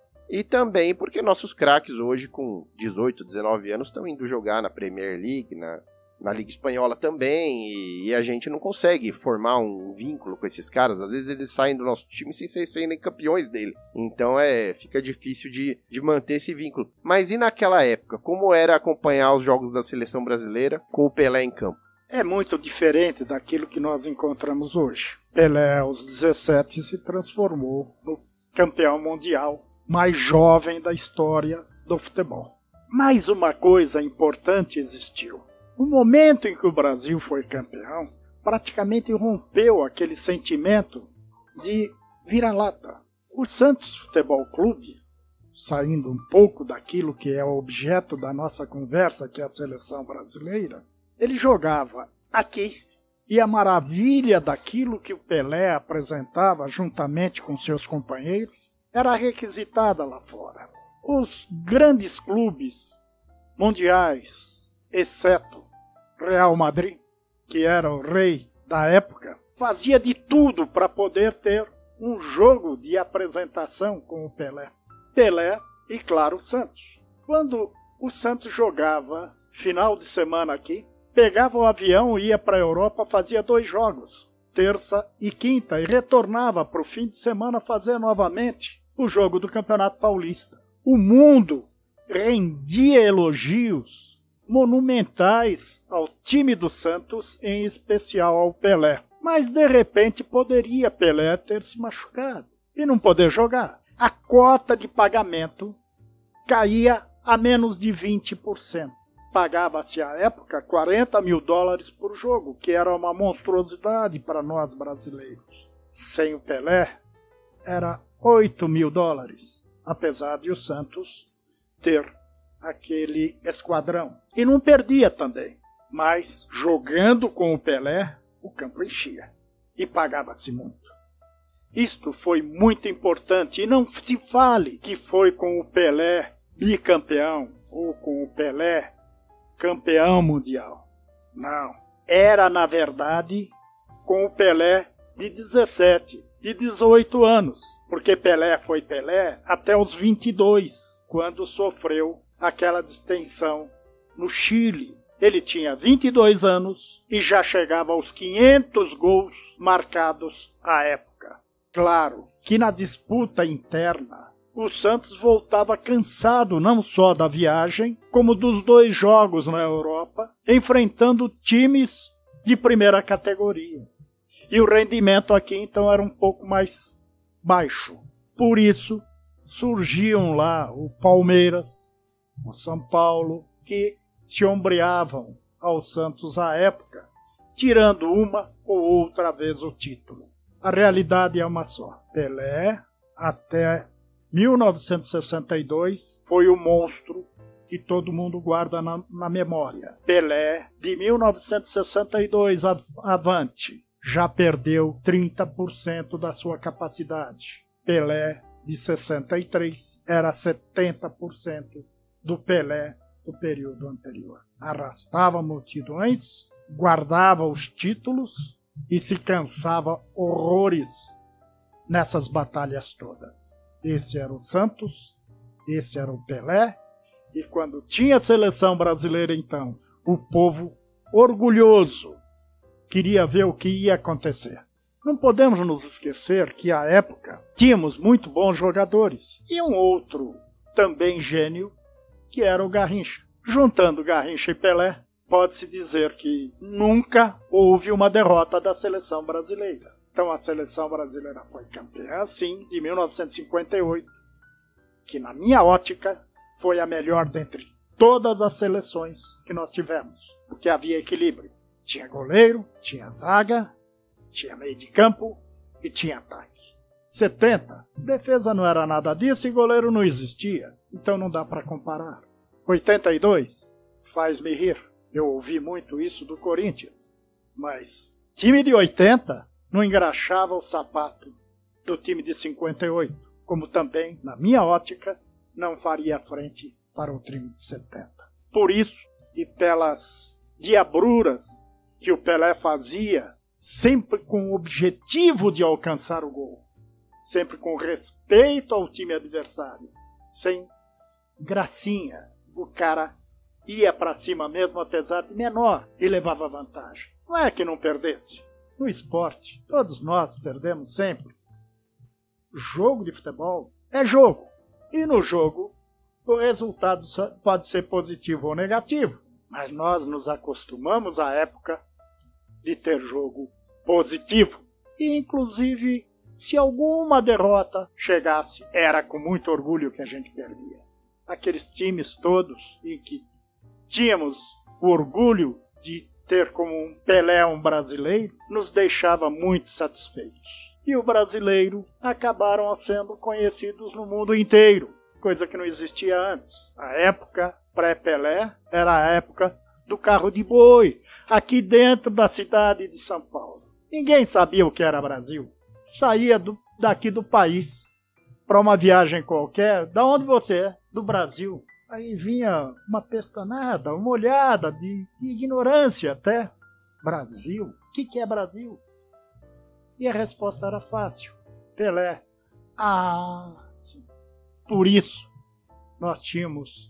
Speaker 2: e também porque nossos craques hoje, com 18, 19 anos, estão indo jogar na Premier League, na Liga Espanhola também, e a gente não consegue formar um vínculo com esses caras. Às vezes eles saem do nosso time sem serem campeões dele. Então fica difícil de manter esse vínculo. Mas e naquela época? Como era acompanhar os jogos da seleção brasileira com o Pelé em campo?
Speaker 6: É muito diferente daquilo que nós encontramos hoje. Pelé, aos 17, se transformou no campeão mundial mais jovem da história do futebol. Mais uma coisa importante existiu. O momento em que o Brasil foi campeão, praticamente rompeu aquele sentimento de vira-lata. O Santos Futebol Clube, saindo um pouco daquilo que é o objeto da nossa conversa, que é a seleção brasileira, ele jogava aqui. E a maravilha daquilo que o Pelé apresentava juntamente com seus companheiros era requisitada lá fora. Os grandes clubes mundiais, exceto Real Madrid, que era o rei da época, fazia de tudo para poder ter um jogo de apresentação com o Pelé. Pelé e, claro, o Santos. Quando o Santos jogava final de semana aqui, pegava o avião, ia para a Europa, fazia 2 jogos, terça e quinta, e retornava para o fim de semana fazer novamente o jogo do Campeonato Paulista. O mundo rendia elogios monumentais ao time do Santos, em especial ao Pelé. Mas, de repente, poderia Pelé ter se machucado e não poder jogar. A cota de pagamento caía a menos de 20%. Pagava-se, à época, $40 mil por jogo, que era uma monstruosidade para nós brasileiros. Sem o Pelé, era $8 mil, apesar de o Santos ter aquele esquadrão. E não perdia também, mas jogando com o Pelé, o campo enchia e pagava-se muito. Isto foi muito importante, e não se fale que foi com o Pelé bicampeão ou com o Pelé campeão mundial. Não. Era, na verdade, com o Pelé de 17, de 18 anos, porque Pelé foi Pelé até os 22, quando sofreu aquela distensão no Chile. Ele tinha 22 anos e já chegava aos 500 gols marcados à época. Claro que na disputa interna o Santos voltava cansado não só da viagem, como dos 2 jogos na Europa, enfrentando times de primeira categoria. E o rendimento aqui então era um pouco mais baixo. Por isso surgiam lá o Palmeiras, o São Paulo, que se ombreavam ao Santos à época, tirando uma ou outra vez o título. A realidade é uma só. Pelé, até 1962, foi o monstro que todo mundo guarda na memória. Pelé, de 1962 avante, já perdeu 30% da sua capacidade. Pelé, de 63, era 70% do Pelé do período anterior. Arrastava multidões, guardava os títulos e se cansava horrores nessas batalhas todas. Esse era o Santos, esse era o Pelé, e quando tinha a seleção brasileira, então, o povo orgulhoso queria ver o que ia acontecer. Não podemos nos esquecer que, à época, tínhamos muito bons jogadores, e um outro também gênio, que era o Garrincha. Juntando Garrincha e Pelé, pode-se dizer que nunca houve uma derrota da seleção brasileira. Então a seleção brasileira foi campeã, sim, de 1958, que na minha ótica foi a melhor dentre todas as seleções que nós tivemos, porque havia equilíbrio. Tinha goleiro, tinha zaga, tinha meio de campo e tinha ataque. 70, defesa não era nada disso e goleiro não existia, então não dá para comparar. 82, faz-me rir, eu ouvi muito isso do Corinthians, mas time de 80 não engraxava o sapato do time de 58, como também, na minha ótica, não faria frente para o time de 70. Por isso, e pelas diabruras que o Pelé fazia, sempre com o objetivo de alcançar o gol, sempre com respeito ao time adversário, sem gracinha, o cara ia para cima mesmo, apesar de menor, e levava vantagem. Não é que não perdesse. No esporte, todos nós perdemos sempre. Jogo de futebol é jogo. E no jogo, o resultado pode ser positivo ou negativo. Mas nós nos acostumamos à época de ter jogo positivo. E, inclusive, se alguma derrota chegasse, era com muito orgulho que a gente perdia. Aqueles times todos em que tínhamos o orgulho de ter como um Pelé um brasileiro, nos deixava muito satisfeitos. E o brasileiro acabaram sendo conhecidos no mundo inteiro, coisa que não existia antes. A época pré-Pelé era a época do carro de boi, aqui dentro da cidade de São Paulo. Ninguém sabia o que era Brasil. Saía daqui do país para uma viagem qualquer. Da onde você é? Do Brasil. Aí vinha uma pestanada, uma olhada de ignorância até. Brasil? O que é Brasil? E a resposta era fácil. Pelé. Ah, sim. Por isso, nós tínhamos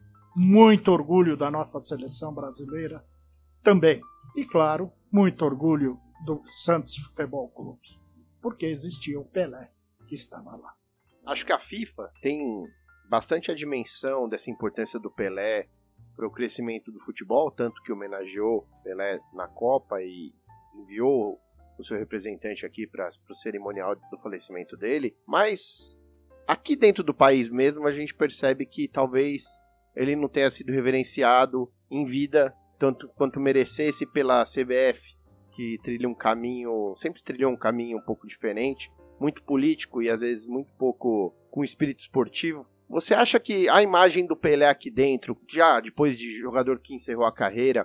Speaker 6: muito orgulho da nossa seleção brasileira também. E, claro, muito orgulho do Santos Futebol Clube. Porque existia o Pelé que estava lá.
Speaker 2: Acho que a FIFA tem bastante a dimensão dessa importância do Pelé para o crescimento do futebol, tanto que homenageou Pelé na Copa e enviou o seu representante aqui para o cerimonial do falecimento dele. Mas aqui dentro do país mesmo a gente percebe que talvez ele não tenha sido reverenciado em vida tanto quanto merecesse pela CBF, que sempre trilhou um caminho um pouco diferente, muito político e às vezes muito pouco com espírito esportivo. Você acha que a imagem do Pelé aqui dentro, já depois de jogador que encerrou a carreira,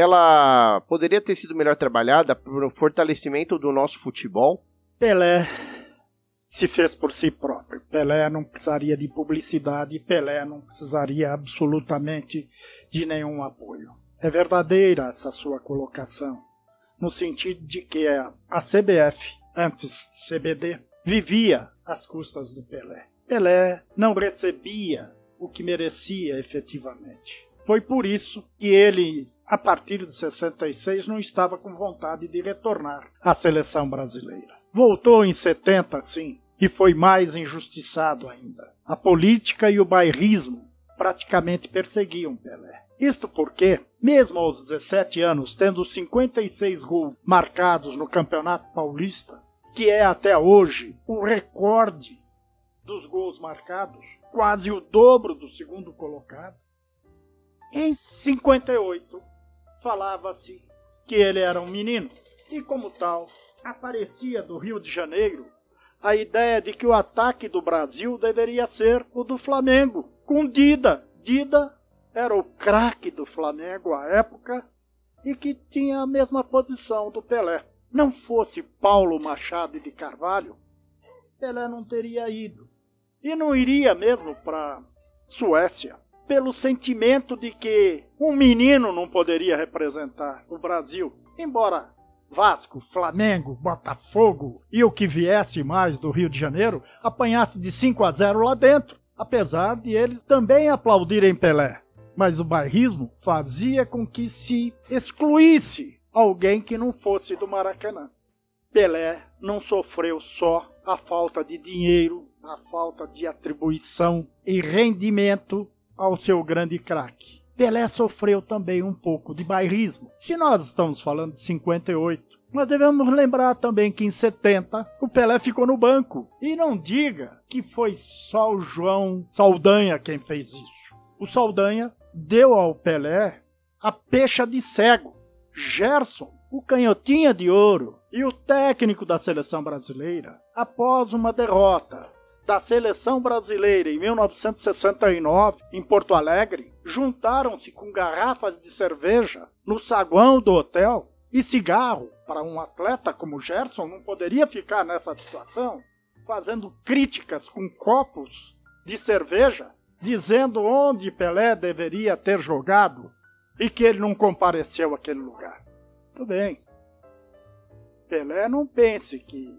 Speaker 2: ela poderia ter sido melhor trabalhada para o fortalecimento do nosso futebol?
Speaker 6: Pelé se fez por si próprio. Pelé não precisaria de publicidade, Pelé não precisaria absolutamente de nenhum apoio. É verdadeira essa sua colocação, no sentido de que a CBF, antes CBD, vivia às custas do Pelé. Pelé não recebia o que merecia efetivamente. Foi por isso que ele, a partir de 66, não estava com vontade de retornar à seleção brasileira. Voltou em 70, sim, E foi mais injustiçado ainda. A política e o bairrismo praticamente perseguiam Pelé. Isto porque, mesmo aos 17 anos, tendo 56 gols marcados no Campeonato Paulista, que é até hoje o recorde dos gols marcados, quase o dobro do segundo colocado, em 58 falava-se que ele era um menino. E como tal, aparecia do Rio de Janeiro a ideia de que o ataque do Brasil deveria ser o do Flamengo, com Dida. Dida era o craque do Flamengo à época e que tinha a mesma posição do Pelé. Não fosse Paulo Machado de Carvalho, Pelé não teria ido. E não iria mesmo para Suécia, pelo sentimento de que um menino não poderia representar o Brasil, embora Vasco, Flamengo, Botafogo e o que viesse mais do Rio de Janeiro apanhasse de 5-0 lá dentro, apesar de eles também aplaudirem Pelé. Mas o bairrismo fazia com que se excluísse alguém que não fosse do Maracanã. Pelé não sofreu só a falta de dinheiro, a falta de atribuição e rendimento ao seu grande craque. Pelé sofreu também um pouco de bairrismo. Se nós estamos falando de 58, nós devemos lembrar também que em 70 o Pelé ficou no banco. E não diga que foi só o João Saldanha quem fez isso. O Saldanha deu ao Pelé a pecha de cego. Gerson, o canhotinha de ouro, e o técnico da seleção brasileira, após uma derrota da seleção brasileira em 1969, em Porto Alegre, juntaram-se com garrafas de cerveja no saguão do hotel e cigarro. Para um atleta como Gerson não poderia ficar nessa situação, fazendo críticas com copos de cerveja, dizendo onde Pelé deveria ter jogado e que ele não compareceu àquele lugar. Tudo bem. Pelé não pense que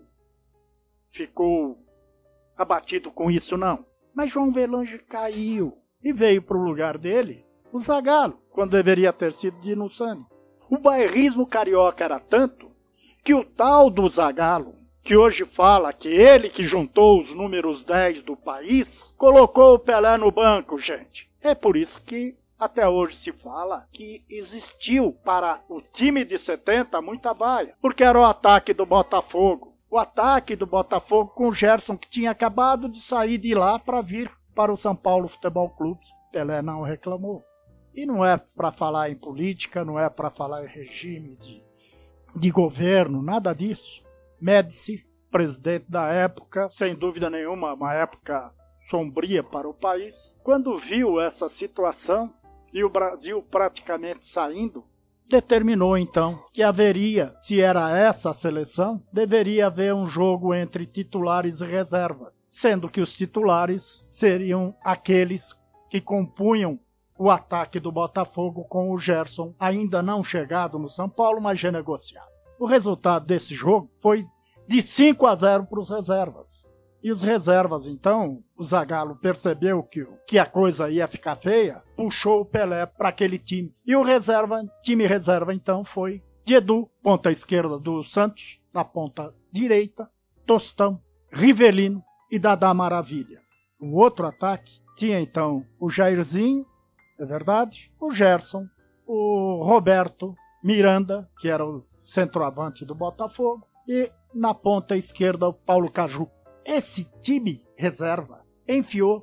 Speaker 6: ficou abatido com isso, não. Mas João Avelange caiu e veio para o lugar dele o Zagallo, quando deveria ter sido Dino Sani. O bairrismo carioca era tanto que o tal do Zagallo, que hoje fala que ele que juntou os números 10 do país, colocou o Pelé no banco, gente. É por isso que até hoje se fala que existiu para o time de 70 muita vaia, porque era o ataque do Botafogo. O ataque do Botafogo com o Gerson, que tinha acabado de sair de lá para vir para o São Paulo Futebol Clube. Pelé não reclamou. E não é para falar em política, não é para falar em regime de governo, nada disso. Médici, presidente da época, sem dúvida nenhuma, uma época sombria para o país, quando viu essa situação e o Brasil praticamente saindo, determinou então que haveria, se era essa a seleção, deveria haver um jogo entre titulares e reservas, sendo que os titulares seriam aqueles que compunham o ataque do Botafogo com o Gerson, ainda não chegado no São Paulo, mas já negociado. O resultado desse jogo foi de 5-0 para os reservas. E os reservas, então, o Zagallo percebeu que a coisa ia ficar feia, puxou o Pelé para aquele time. E o time reserva, então, foi de Edu, ponta esquerda do Santos, na ponta direita, Tostão, Rivelino e Dadá Maravilha. O outro ataque tinha, então, o Jairzinho, é verdade, o Gerson, o Roberto Miranda, que era o centroavante do Botafogo, e na ponta esquerda o Paulo Caju. Esse time reserva enfiou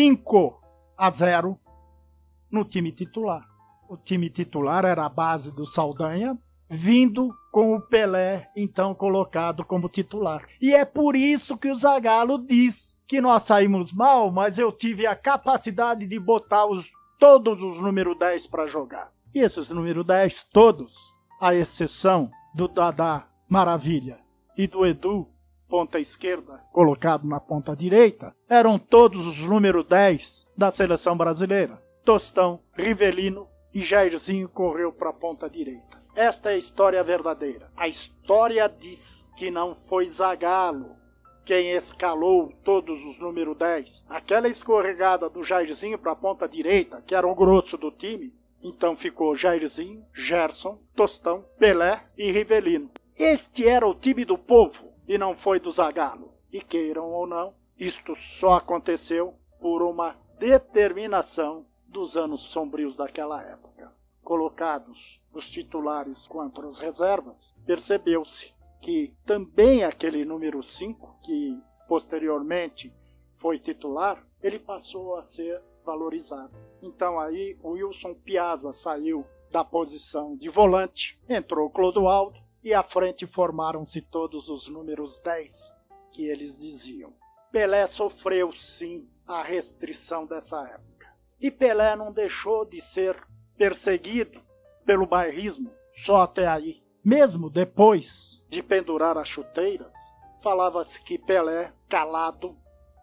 Speaker 6: 5-0 no time titular. O time titular era a base do Saldanha, vindo com o Pelé, então, colocado como titular. E é por isso que o Zagallo diz que nós saímos mal, mas eu tive a capacidade de botar todos os número 10 para jogar. E esses número 10, todos, à exceção do Dadá Maravilha e do Edu, ponta esquerda, colocado na ponta direita, eram todos os número 10 da seleção brasileira. Tostão, Rivelino e Jairzinho correu para a ponta direita. Esta é a história verdadeira. A história diz que não foi Zagallo quem escalou todos os número 10. Aquela escorregada do Jairzinho para a ponta direita, que era o grosso do time, então ficou Jairzinho, Gerson, Tostão, Pelé e Rivelino. Este era o time do povo e não foi do Zagallo. E queiram ou não, isto só aconteceu por uma determinação dos anos sombrios daquela época. Colocados os titulares contra os reservas, percebeu-se que também aquele número 5, que posteriormente foi titular, ele passou a ser valorizado. Então aí o Wilson Piazza saiu da posição de volante, entrou o Clodoaldo e à frente formaram-se todos os números 10 que eles diziam. Pelé sofreu sim a restrição dessa época. E Pelé não deixou de ser perseguido pelo bairrismo só até aí. Mesmo depois de pendurar as chuteiras, falava-se que Pelé, calado,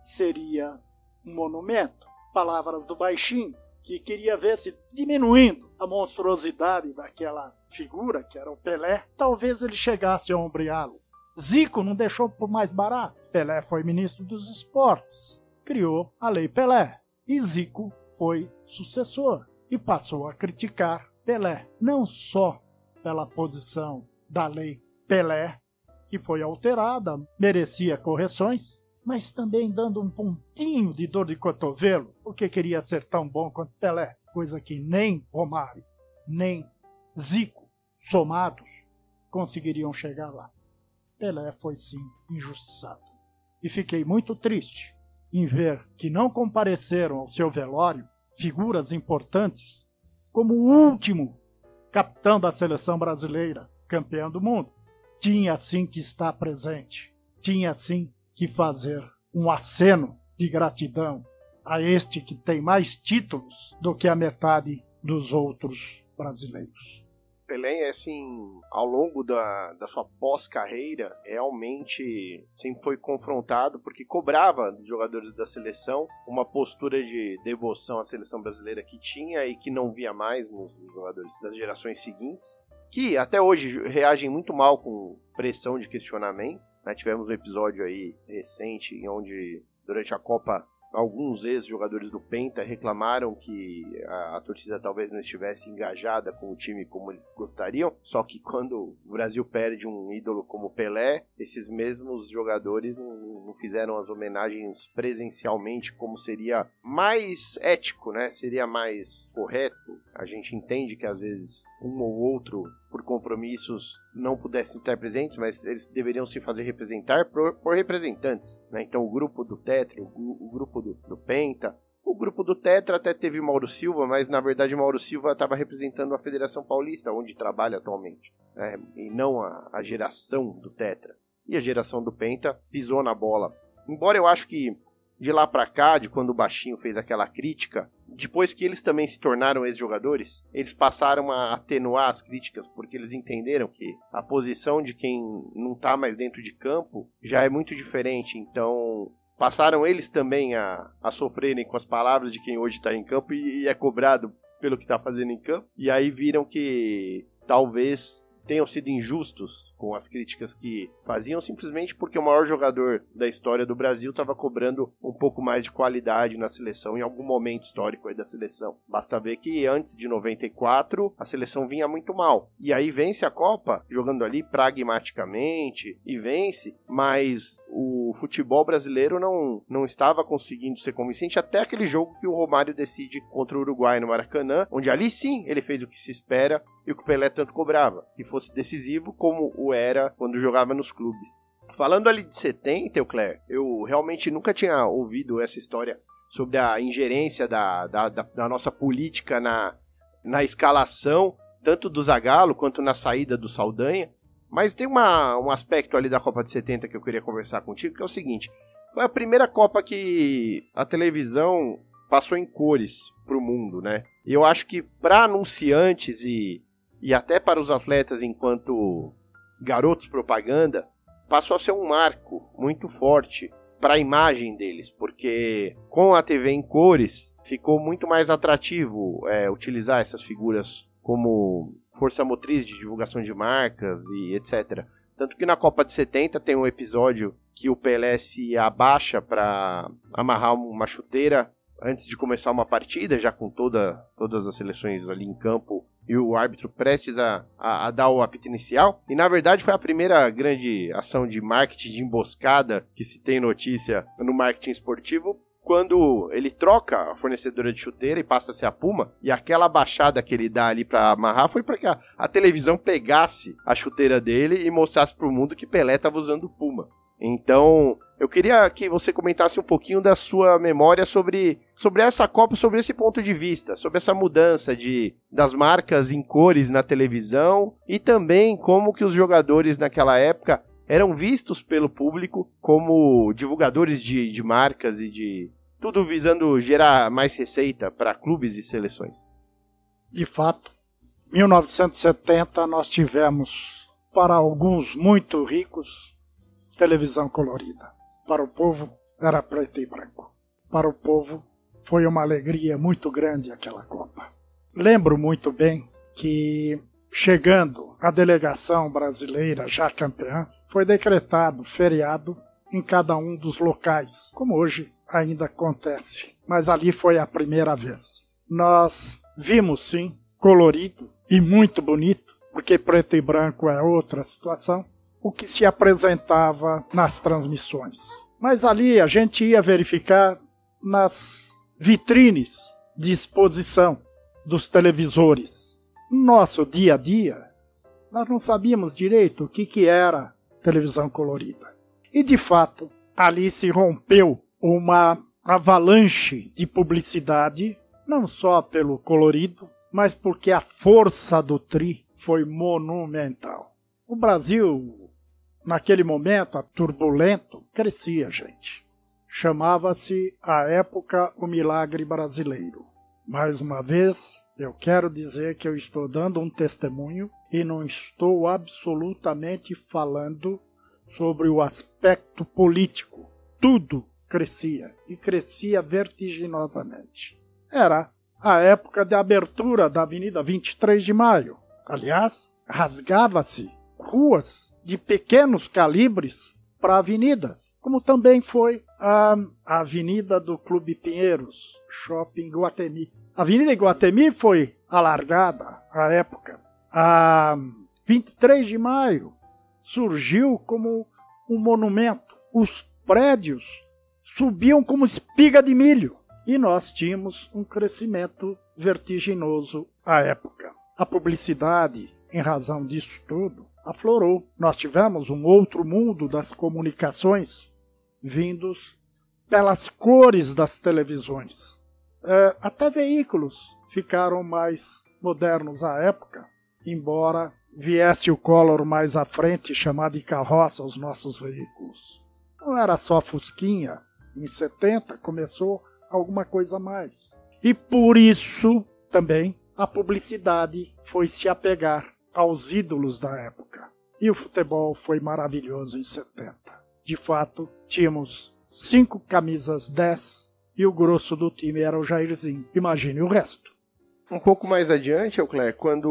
Speaker 6: seria um monumento. Palavras do baixinho, que queria ver-se diminuindo a monstruosidade daquela figura, que era o Pelé. Talvez ele chegasse a ombreá-lo. Zico não deixou por mais barato. Pelé foi ministro dos esportes, criou a Lei Pelé. E Zico foi sucessor e passou a criticar Pelé, não só pela posição da Lei Pelé, que foi alterada, merecia correções, mas também dando um pontinho de dor de cotovelo, porque queria ser tão bom quanto Pelé, coisa que nem Romário, nem Zico, somados, conseguiriam chegar lá. Pelé foi sim injustiçado. E fiquei muito triste em ver que não compareceram ao seu velório figuras importantes, como o último capitão da seleção brasileira, campeão do mundo. Tinha sim que estar presente, tinha sim que fazer um aceno de gratidão a este que tem mais títulos do que a metade dos outros brasileiros.
Speaker 2: Pelé, assim, ao longo da sua pós-carreira, realmente sempre foi confrontado porque cobrava dos jogadores da seleção uma postura de devoção à seleção brasileira que tinha e que não via mais nos jogadores das gerações seguintes, que até hoje reagem muito mal com pressão de questionamento. Tivemos um episódio aí recente onde, durante a Copa, alguns ex-jogadores do Penta reclamaram que a torcida talvez não estivesse engajada com o time como eles gostariam, só que quando o Brasil perde um ídolo como Pelé, esses mesmos jogadores não fizeram as homenagens presencialmente como seria mais ético, né? Seria mais correto. A gente entende que às vezes um ou outro, por compromissos, não pudessem estar presentes, mas eles deveriam se fazer representar por representantes, né? Então o grupo do Tetra, o grupo do Penta, o grupo do Tetra até teve Mauro Silva, mas na verdade Mauro Silva estava representando a Federação Paulista, onde trabalha atualmente, né? E não a geração do Tetra. E a geração do Penta pisou na bola. Embora eu acho que de lá pra cá, de quando o Baixinho fez aquela crítica, depois que eles também se tornaram ex-jogadores, eles passaram a atenuar as críticas, porque eles entenderam que a posição de quem não tá mais dentro de campo já é muito diferente. Então passaram eles também a sofrerem com as palavras de quem hoje está em campo e é cobrado pelo que está fazendo em campo. E aí viram que talvez tenham sido injustos com as críticas que faziam, simplesmente porque o maior jogador da história do Brasil estava cobrando um pouco mais de qualidade na seleção em algum momento histórico aí da seleção. Basta ver que antes de 94 a seleção vinha muito mal, e aí vence a Copa jogando ali pragmaticamente e vence, mas o futebol brasileiro não estava conseguindo ser convincente até aquele jogo que o Romário decide contra o Uruguai no Maracanã, onde ali sim ele fez o que se espera e o que o Pelé tanto cobrava, que fosse decisivo como o era quando jogava nos clubes. Falando ali de 70, Eucler, eu realmente nunca tinha ouvido essa história sobre a ingerência da nossa política na escalação, tanto do Zagallo quanto na saída do Saldanha, mas tem um aspecto ali da Copa de 70 que eu queria conversar contigo, que é o seguinte: foi a primeira Copa que a televisão passou em cores pro mundo, né? E eu acho que para anunciantes e até para os atletas enquanto garotos propaganda, passou a ser um marco muito forte para a imagem deles, porque com a TV em cores ficou muito mais atrativo utilizar essas figuras como força motriz de divulgação de marcas e etc. Tanto que na Copa de 70 tem um episódio que o Pelé se abaixa para amarrar uma chuteira antes de começar uma partida, já com todas as seleções ali em campo e o árbitro prestes a dar o apito inicial. E na verdade foi a primeira grande ação de marketing de emboscada que se tem notícia no marketing esportivo, quando ele troca a fornecedora de chuteira e passa a ser a Puma, e aquela baixada que ele dá ali pra amarrar foi para que a televisão pegasse a chuteira dele e mostrasse pro mundo que Pelé estava usando Puma. Então, eu queria que você comentasse um pouquinho da sua memória sobre essa Copa, sobre esse ponto de vista, sobre essa mudança das marcas em cores na televisão e também como que os jogadores naquela época eram vistos pelo público como divulgadores de marcas e de tudo visando gerar mais receita para clubes e seleções.
Speaker 6: De fato, em 1970 nós tivemos, para alguns muito ricos, televisão colorida. Para o povo era preto e branco. Para o povo foi uma alegria muito grande aquela Copa. Lembro muito bem que, chegando a delegação brasileira já campeã, foi decretado feriado em cada um dos locais, como hoje ainda acontece. Mas ali foi a primeira vez. Nós vimos, sim, colorido e muito bonito, porque preto e branco é outra situação, o que se apresentava nas transmissões. Mas ali a gente ia verificar nas vitrines de exposição dos televisores. No nosso dia a dia, nós não sabíamos direito o que era televisão colorida. E de fato, ali se rompeu uma avalanche de publicidade, não só pelo colorido, mas porque a força do Tri foi monumental. O Brasil, naquele momento, turbulento, crescia, gente. Chamava-se a época o Milagre Brasileiro. Mais uma vez, eu quero dizer que eu estou dando um testemunho e não estou absolutamente falando sobre o aspecto político. Tudo crescia, e crescia vertiginosamente. Era a época de abertura da Avenida 23 de Maio. Aliás, rasgava-se ruas de pequenos calibres para avenidas, como também foi a Avenida do Clube Pinheiros, Shopping Iguatemi. A Avenida Iguatemi foi alargada à época. A 23 de Maio surgiu como um monumento. Os prédios subiam como espiga de milho. E nós tínhamos um crescimento vertiginoso à época. A publicidade, em razão disso tudo, aflorou. Nós tivemos um outro mundo das comunicações vindos pelas cores das televisões. Até veículos ficaram mais modernos à época, embora viesse o Collor mais à frente, chamado de carroça aos nossos veículos. Não era só Fusquinha. Em 70 começou alguma coisa a mais. E por isso também a publicidade foi se apegar aos ídolos da época. E o futebol foi maravilhoso em 70. De fato, tínhamos 5 camisas 10 e o grosso do time era o Jairzinho. Imagine o resto.
Speaker 2: Um pouco mais adiante, Eucler, quando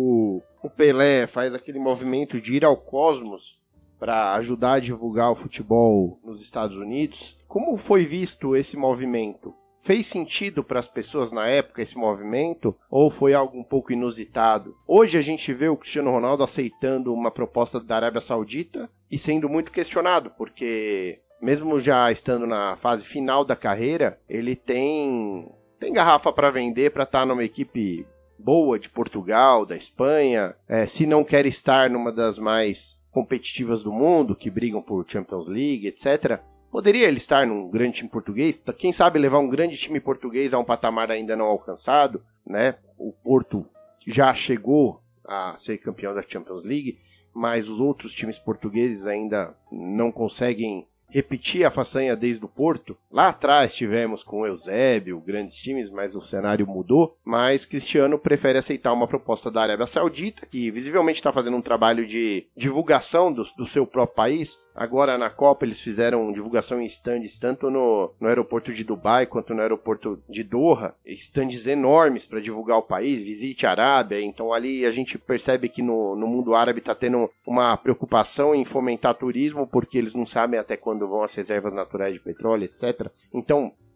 Speaker 2: o Pelé faz aquele movimento de ir ao Cosmos para ajudar a divulgar o futebol nos Estados Unidos, como foi visto esse movimento? Fez sentido para as pessoas na época esse movimento ou foi algo um pouco inusitado? Hoje a gente vê o Cristiano Ronaldo aceitando uma proposta da Arábia Saudita e sendo muito questionado, porque mesmo já estando na fase final da carreira, ele tem garrafa para vender para estar numa equipe boa de Portugal, da Espanha, se não quer estar numa das mais competitivas do mundo, que brigam por Champions League, etc., poderia ele estar num grande time português, quem sabe levar um grande time português a um patamar ainda não alcançado, né? O Porto já chegou a ser campeão da Champions League, mas os outros times portugueses ainda não conseguem repetir a façanha desde o Porto. Lá atrás tivemos com o Eusébio, grandes times, mas o cenário mudou. Mas Cristiano prefere aceitar uma proposta da Arábia Saudita, que visivelmente está fazendo um trabalho de divulgação do seu próprio país. Agora na Copa eles fizeram divulgação em stands, tanto no aeroporto de Dubai quanto no aeroporto de Doha. Stands enormes para divulgar o país, visite a Arábia. Então ali a gente percebe que no mundo árabe está tendo uma preocupação em fomentar turismo, porque eles não sabem até quando vão as reservas naturais de petróleo, etc. Então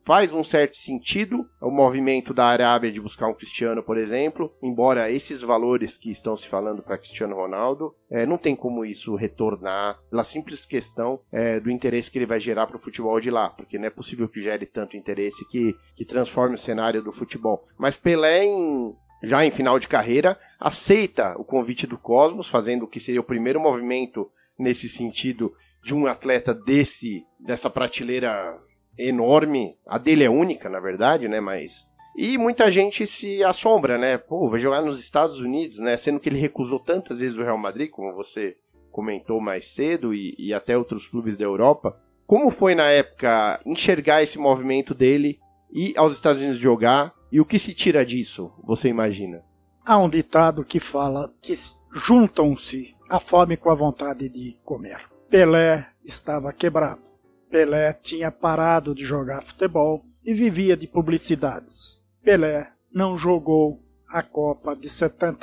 Speaker 2: faz um certo sentido o movimento da Arábia de buscar um Cristiano, por exemplo, embora esses valores que estão se falando para Cristiano Ronaldo, não tem como isso retornar pela simples questão do interesse que ele vai gerar para o futebol de lá, porque não é possível que gere tanto interesse que transforme o cenário do futebol. Mas Pelé, já em final de carreira, aceita o convite do Cosmos, fazendo o que seria o primeiro movimento nesse sentido de um atleta dessa prateleira enorme. A dele é única, na verdade, né? E muita gente se assombra, né? Pô, vai jogar nos Estados Unidos, né? Sendo que ele recusou tantas vezes o Real Madrid, como você comentou mais cedo, e até outros clubes da Europa. Como foi na época enxergar esse movimento dele ir aos Estados Unidos jogar? E o que se tira disso, você imagina?
Speaker 6: Há um ditado que fala que juntam-se a fome com a vontade de comer. Pelé estava quebrado. Pelé tinha parado de jogar futebol e vivia de publicidades. Pelé não jogou a Copa de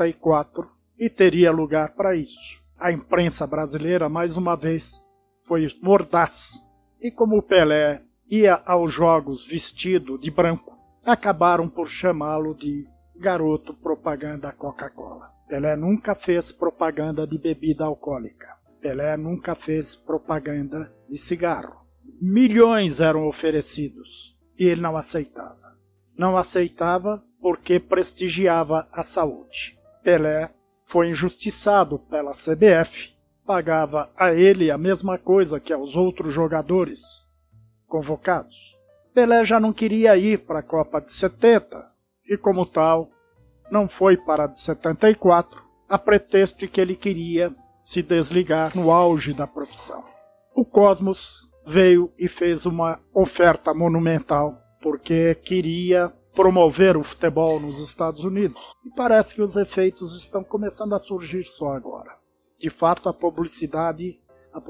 Speaker 6: 74 e teria lugar para isso. A imprensa brasileira, mais uma vez, foi mordaz. E como o Pelé ia aos jogos vestido de branco, acabaram por chamá-lo de garoto propaganda Coca-Cola. Pelé nunca fez propaganda de bebida alcoólica. Pelé nunca fez propaganda de cigarro. Milhões eram oferecidos e ele não aceitava. Não aceitava porque prestigiava a saúde. Pelé foi injustiçado pela CBF. Pagava a ele a mesma coisa que aos outros jogadores convocados. Pelé já não queria ir para a Copa de 70 e, como tal, não foi para a de 74, a pretexto de que ele queria se desligar no auge da profissão. O Cosmos veio e fez uma oferta monumental porque queria promover o futebol nos Estados Unidos. E parece que os efeitos estão começando a surgir só agora. De fato, a publicidade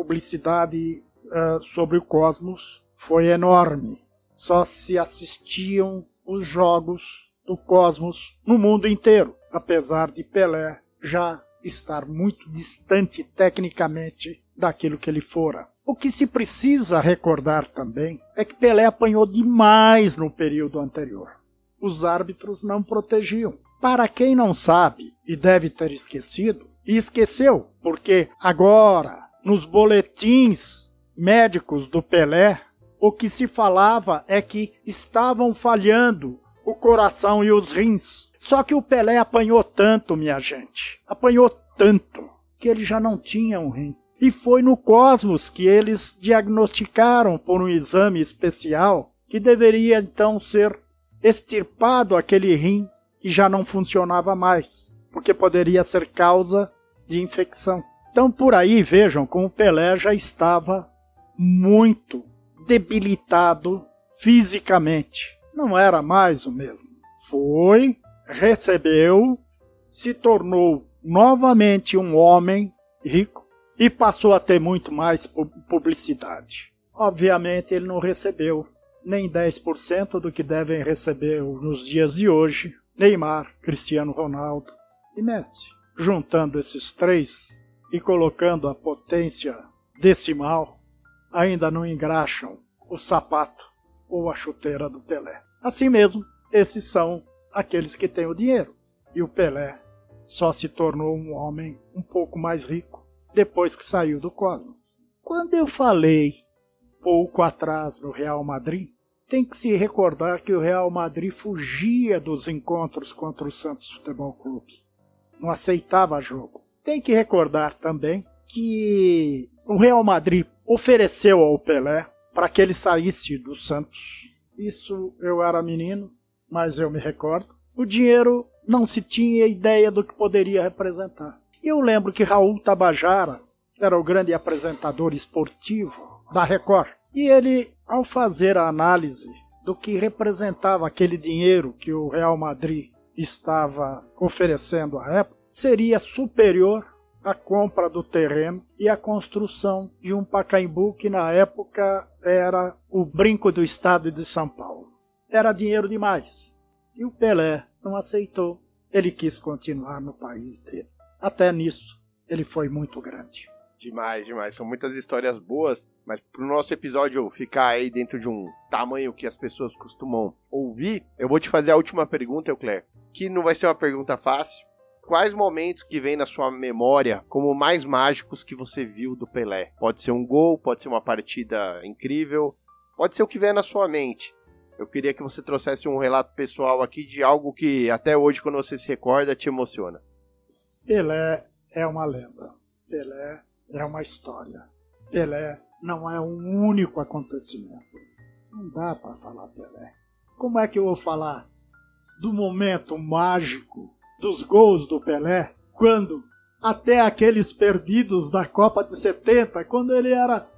Speaker 6: sobre o Cosmos foi enorme. Só se assistiam os jogos do Cosmos no mundo inteiro, apesar de Pelé já estar muito distante tecnicamente daquilo que ele fora. O que se precisa recordar também é que Pelé apanhou demais no período anterior. Os árbitros não protegiam. Para quem não sabe e deve ter esquecido, e esqueceu, porque agora, nos boletins médicos do Pelé, o que se falava é que estavam falhando o coração e os rins. Só que o Pelé apanhou tanto, minha gente, apanhou tanto, que ele já não tinha um rim. E foi no Cosmos que eles diagnosticaram por um exame especial que deveria então ser extirpado aquele rim que já não funcionava mais, porque poderia ser causa de infecção. Então por aí vejam como o Pelé já estava muito debilitado fisicamente. Não era mais o mesmo. Foi, recebeu, se tornou novamente um homem rico e passou a ter muito mais publicidade. Obviamente ele não recebeu nem 10% do que devem receber nos dias de hoje Neymar, Cristiano Ronaldo e Messi. Juntando esses três e colocando a potência decimal, ainda não engraxam o sapato ou a chuteira do Pelé. Assim mesmo, esses são aqueles que têm o dinheiro. E o Pelé só se tornou um homem um pouco mais rico depois que saiu do Cosmos. Quando eu falei pouco atrás no Real Madrid, tem que se recordar que o Real Madrid fugia dos encontros contra o Santos Futebol Clube. Não aceitava jogo. Tem que recordar também que o Real Madrid ofereceu ao Pelé para que ele saísse do Santos. Isso eu era menino, mas eu me recordo. O dinheiro não se tinha ideia do que poderia representar. Eu lembro que Raul Tabajara era o grande apresentador esportivo da Record. E ele, ao fazer a análise do que representava aquele dinheiro que o Real Madrid estava oferecendo à época, seria superior à compra do terreno e à construção de um Pacaembu que na época era o brinco do estado de São Paulo. Era dinheiro demais. E o Pelé não aceitou. Ele quis continuar no país dele. Até nisso, ele foi muito grande.
Speaker 2: Demais. São muitas histórias boas, mas pro nosso episódio ficar aí dentro de um tamanho que as pessoas costumam ouvir, eu vou te fazer a última pergunta, Eucler, que não vai ser uma pergunta fácil. Quais momentos que vem na sua memória como mais mágicos que você viu do Pelé? Pode ser um gol, pode ser uma partida incrível, pode ser o que vier na sua mente. Eu queria que você trouxesse um relato pessoal aqui de algo que até hoje, quando você se recorda, te emociona.
Speaker 6: Pelé é uma lenda. Pelé é uma história. Pelé não é um único acontecimento. Não dá para falar Pelé. Como é que eu vou falar do momento mágico dos gols do Pelé, quando até aqueles perdidos da Copa de 70, quando ele era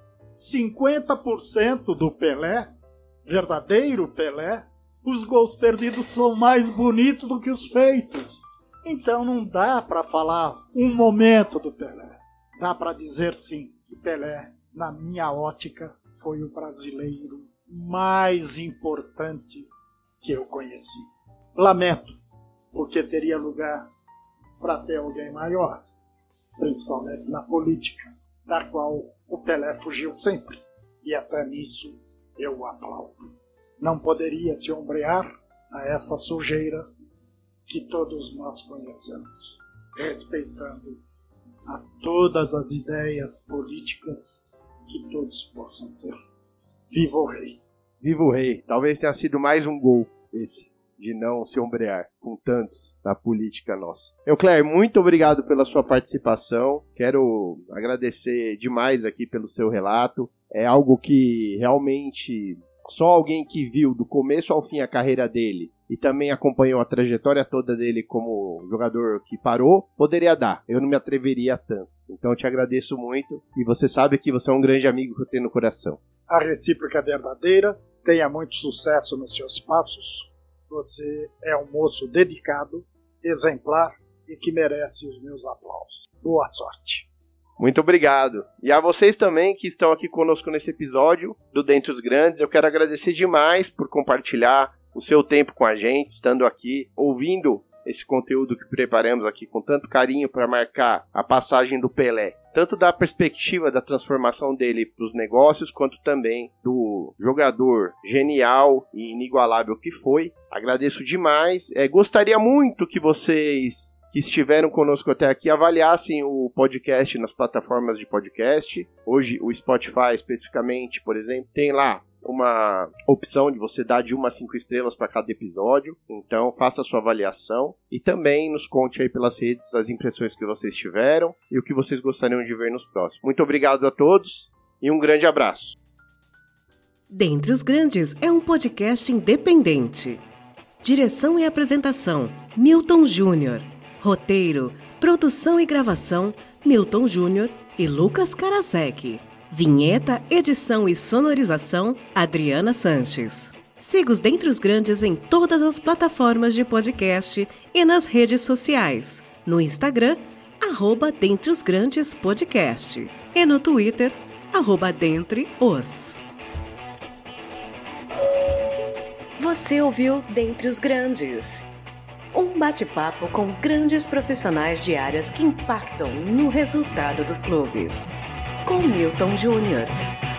Speaker 6: 50% do Pelé, verdadeiro Pelé, os gols perdidos são mais bonitos do que os feitos. Então não dá para falar um momento do Pelé. Dá para dizer sim que Pelé, na minha ótica, foi o brasileiro mais importante que eu conheci. Lamento, porque teria lugar para ter alguém maior, principalmente na política, da qual o Pelé fugiu sempre. E até nisso eu o aplaudo. Não poderia se ombrear a essa sujeira que todos nós conhecemos, respeitando a todas as ideias políticas que todos possam ter. Viva o rei!
Speaker 2: Viva o rei! Talvez tenha sido mais um gol esse, de não se ombrear com tantos na política nossa. Eucler, muito obrigado pela sua participação. Quero agradecer demais aqui pelo seu relato. É algo que realmente só alguém que viu do começo ao fim a carreira dele e também acompanhou a trajetória toda dele como jogador que parou, poderia dar. Eu não me atreveria tanto. Então eu te agradeço muito e você sabe que você é um grande amigo que eu tenho no coração.
Speaker 6: A recíproca é verdadeira. Tenha muito sucesso nos seus passos. Você é um moço dedicado, exemplar e que merece os meus aplausos. Boa sorte.
Speaker 2: Muito obrigado. E a vocês também que estão aqui conosco nesse episódio do Dentre os Grandes, eu quero agradecer demais por compartilhar o seu tempo com a gente, estando aqui, ouvindo esse conteúdo que preparamos aqui com tanto carinho para marcar a passagem do Pelé, tanto da perspectiva da transformação dele para os negócios, quanto também do jogador genial e inigualável que foi. Agradeço demais. Gostaria muito que vocês que estiveram conosco até aqui avaliassem o podcast nas plataformas de podcast. Hoje o Spotify especificamente, por exemplo, tem lá uma opção de você dar de 1 a 5 estrelas para cada episódio. Então faça a sua avaliação e também nos conte aí pelas redes as impressões que vocês tiveram e o que vocês gostariam de ver nos próximos. Muito obrigado a todos e um grande abraço.
Speaker 1: Dentre os Grandes é um podcast independente. Direção e apresentação, Milton Júnior. Roteiro, produção e gravação, Milton Júnior e Lucas Karasek. Vinheta, edição e sonorização, Adriana Sanches. Siga os Dentre os Grandes em todas as plataformas de podcast e nas redes sociais. No Instagram, @DentreOsGrandesPodcast. E no Twitter, @DentreOs. Você ouviu Dentre os Grandes. Um bate-papo com grandes profissionais de áreas que impactam no resultado dos clubes. Com Milton Júnior.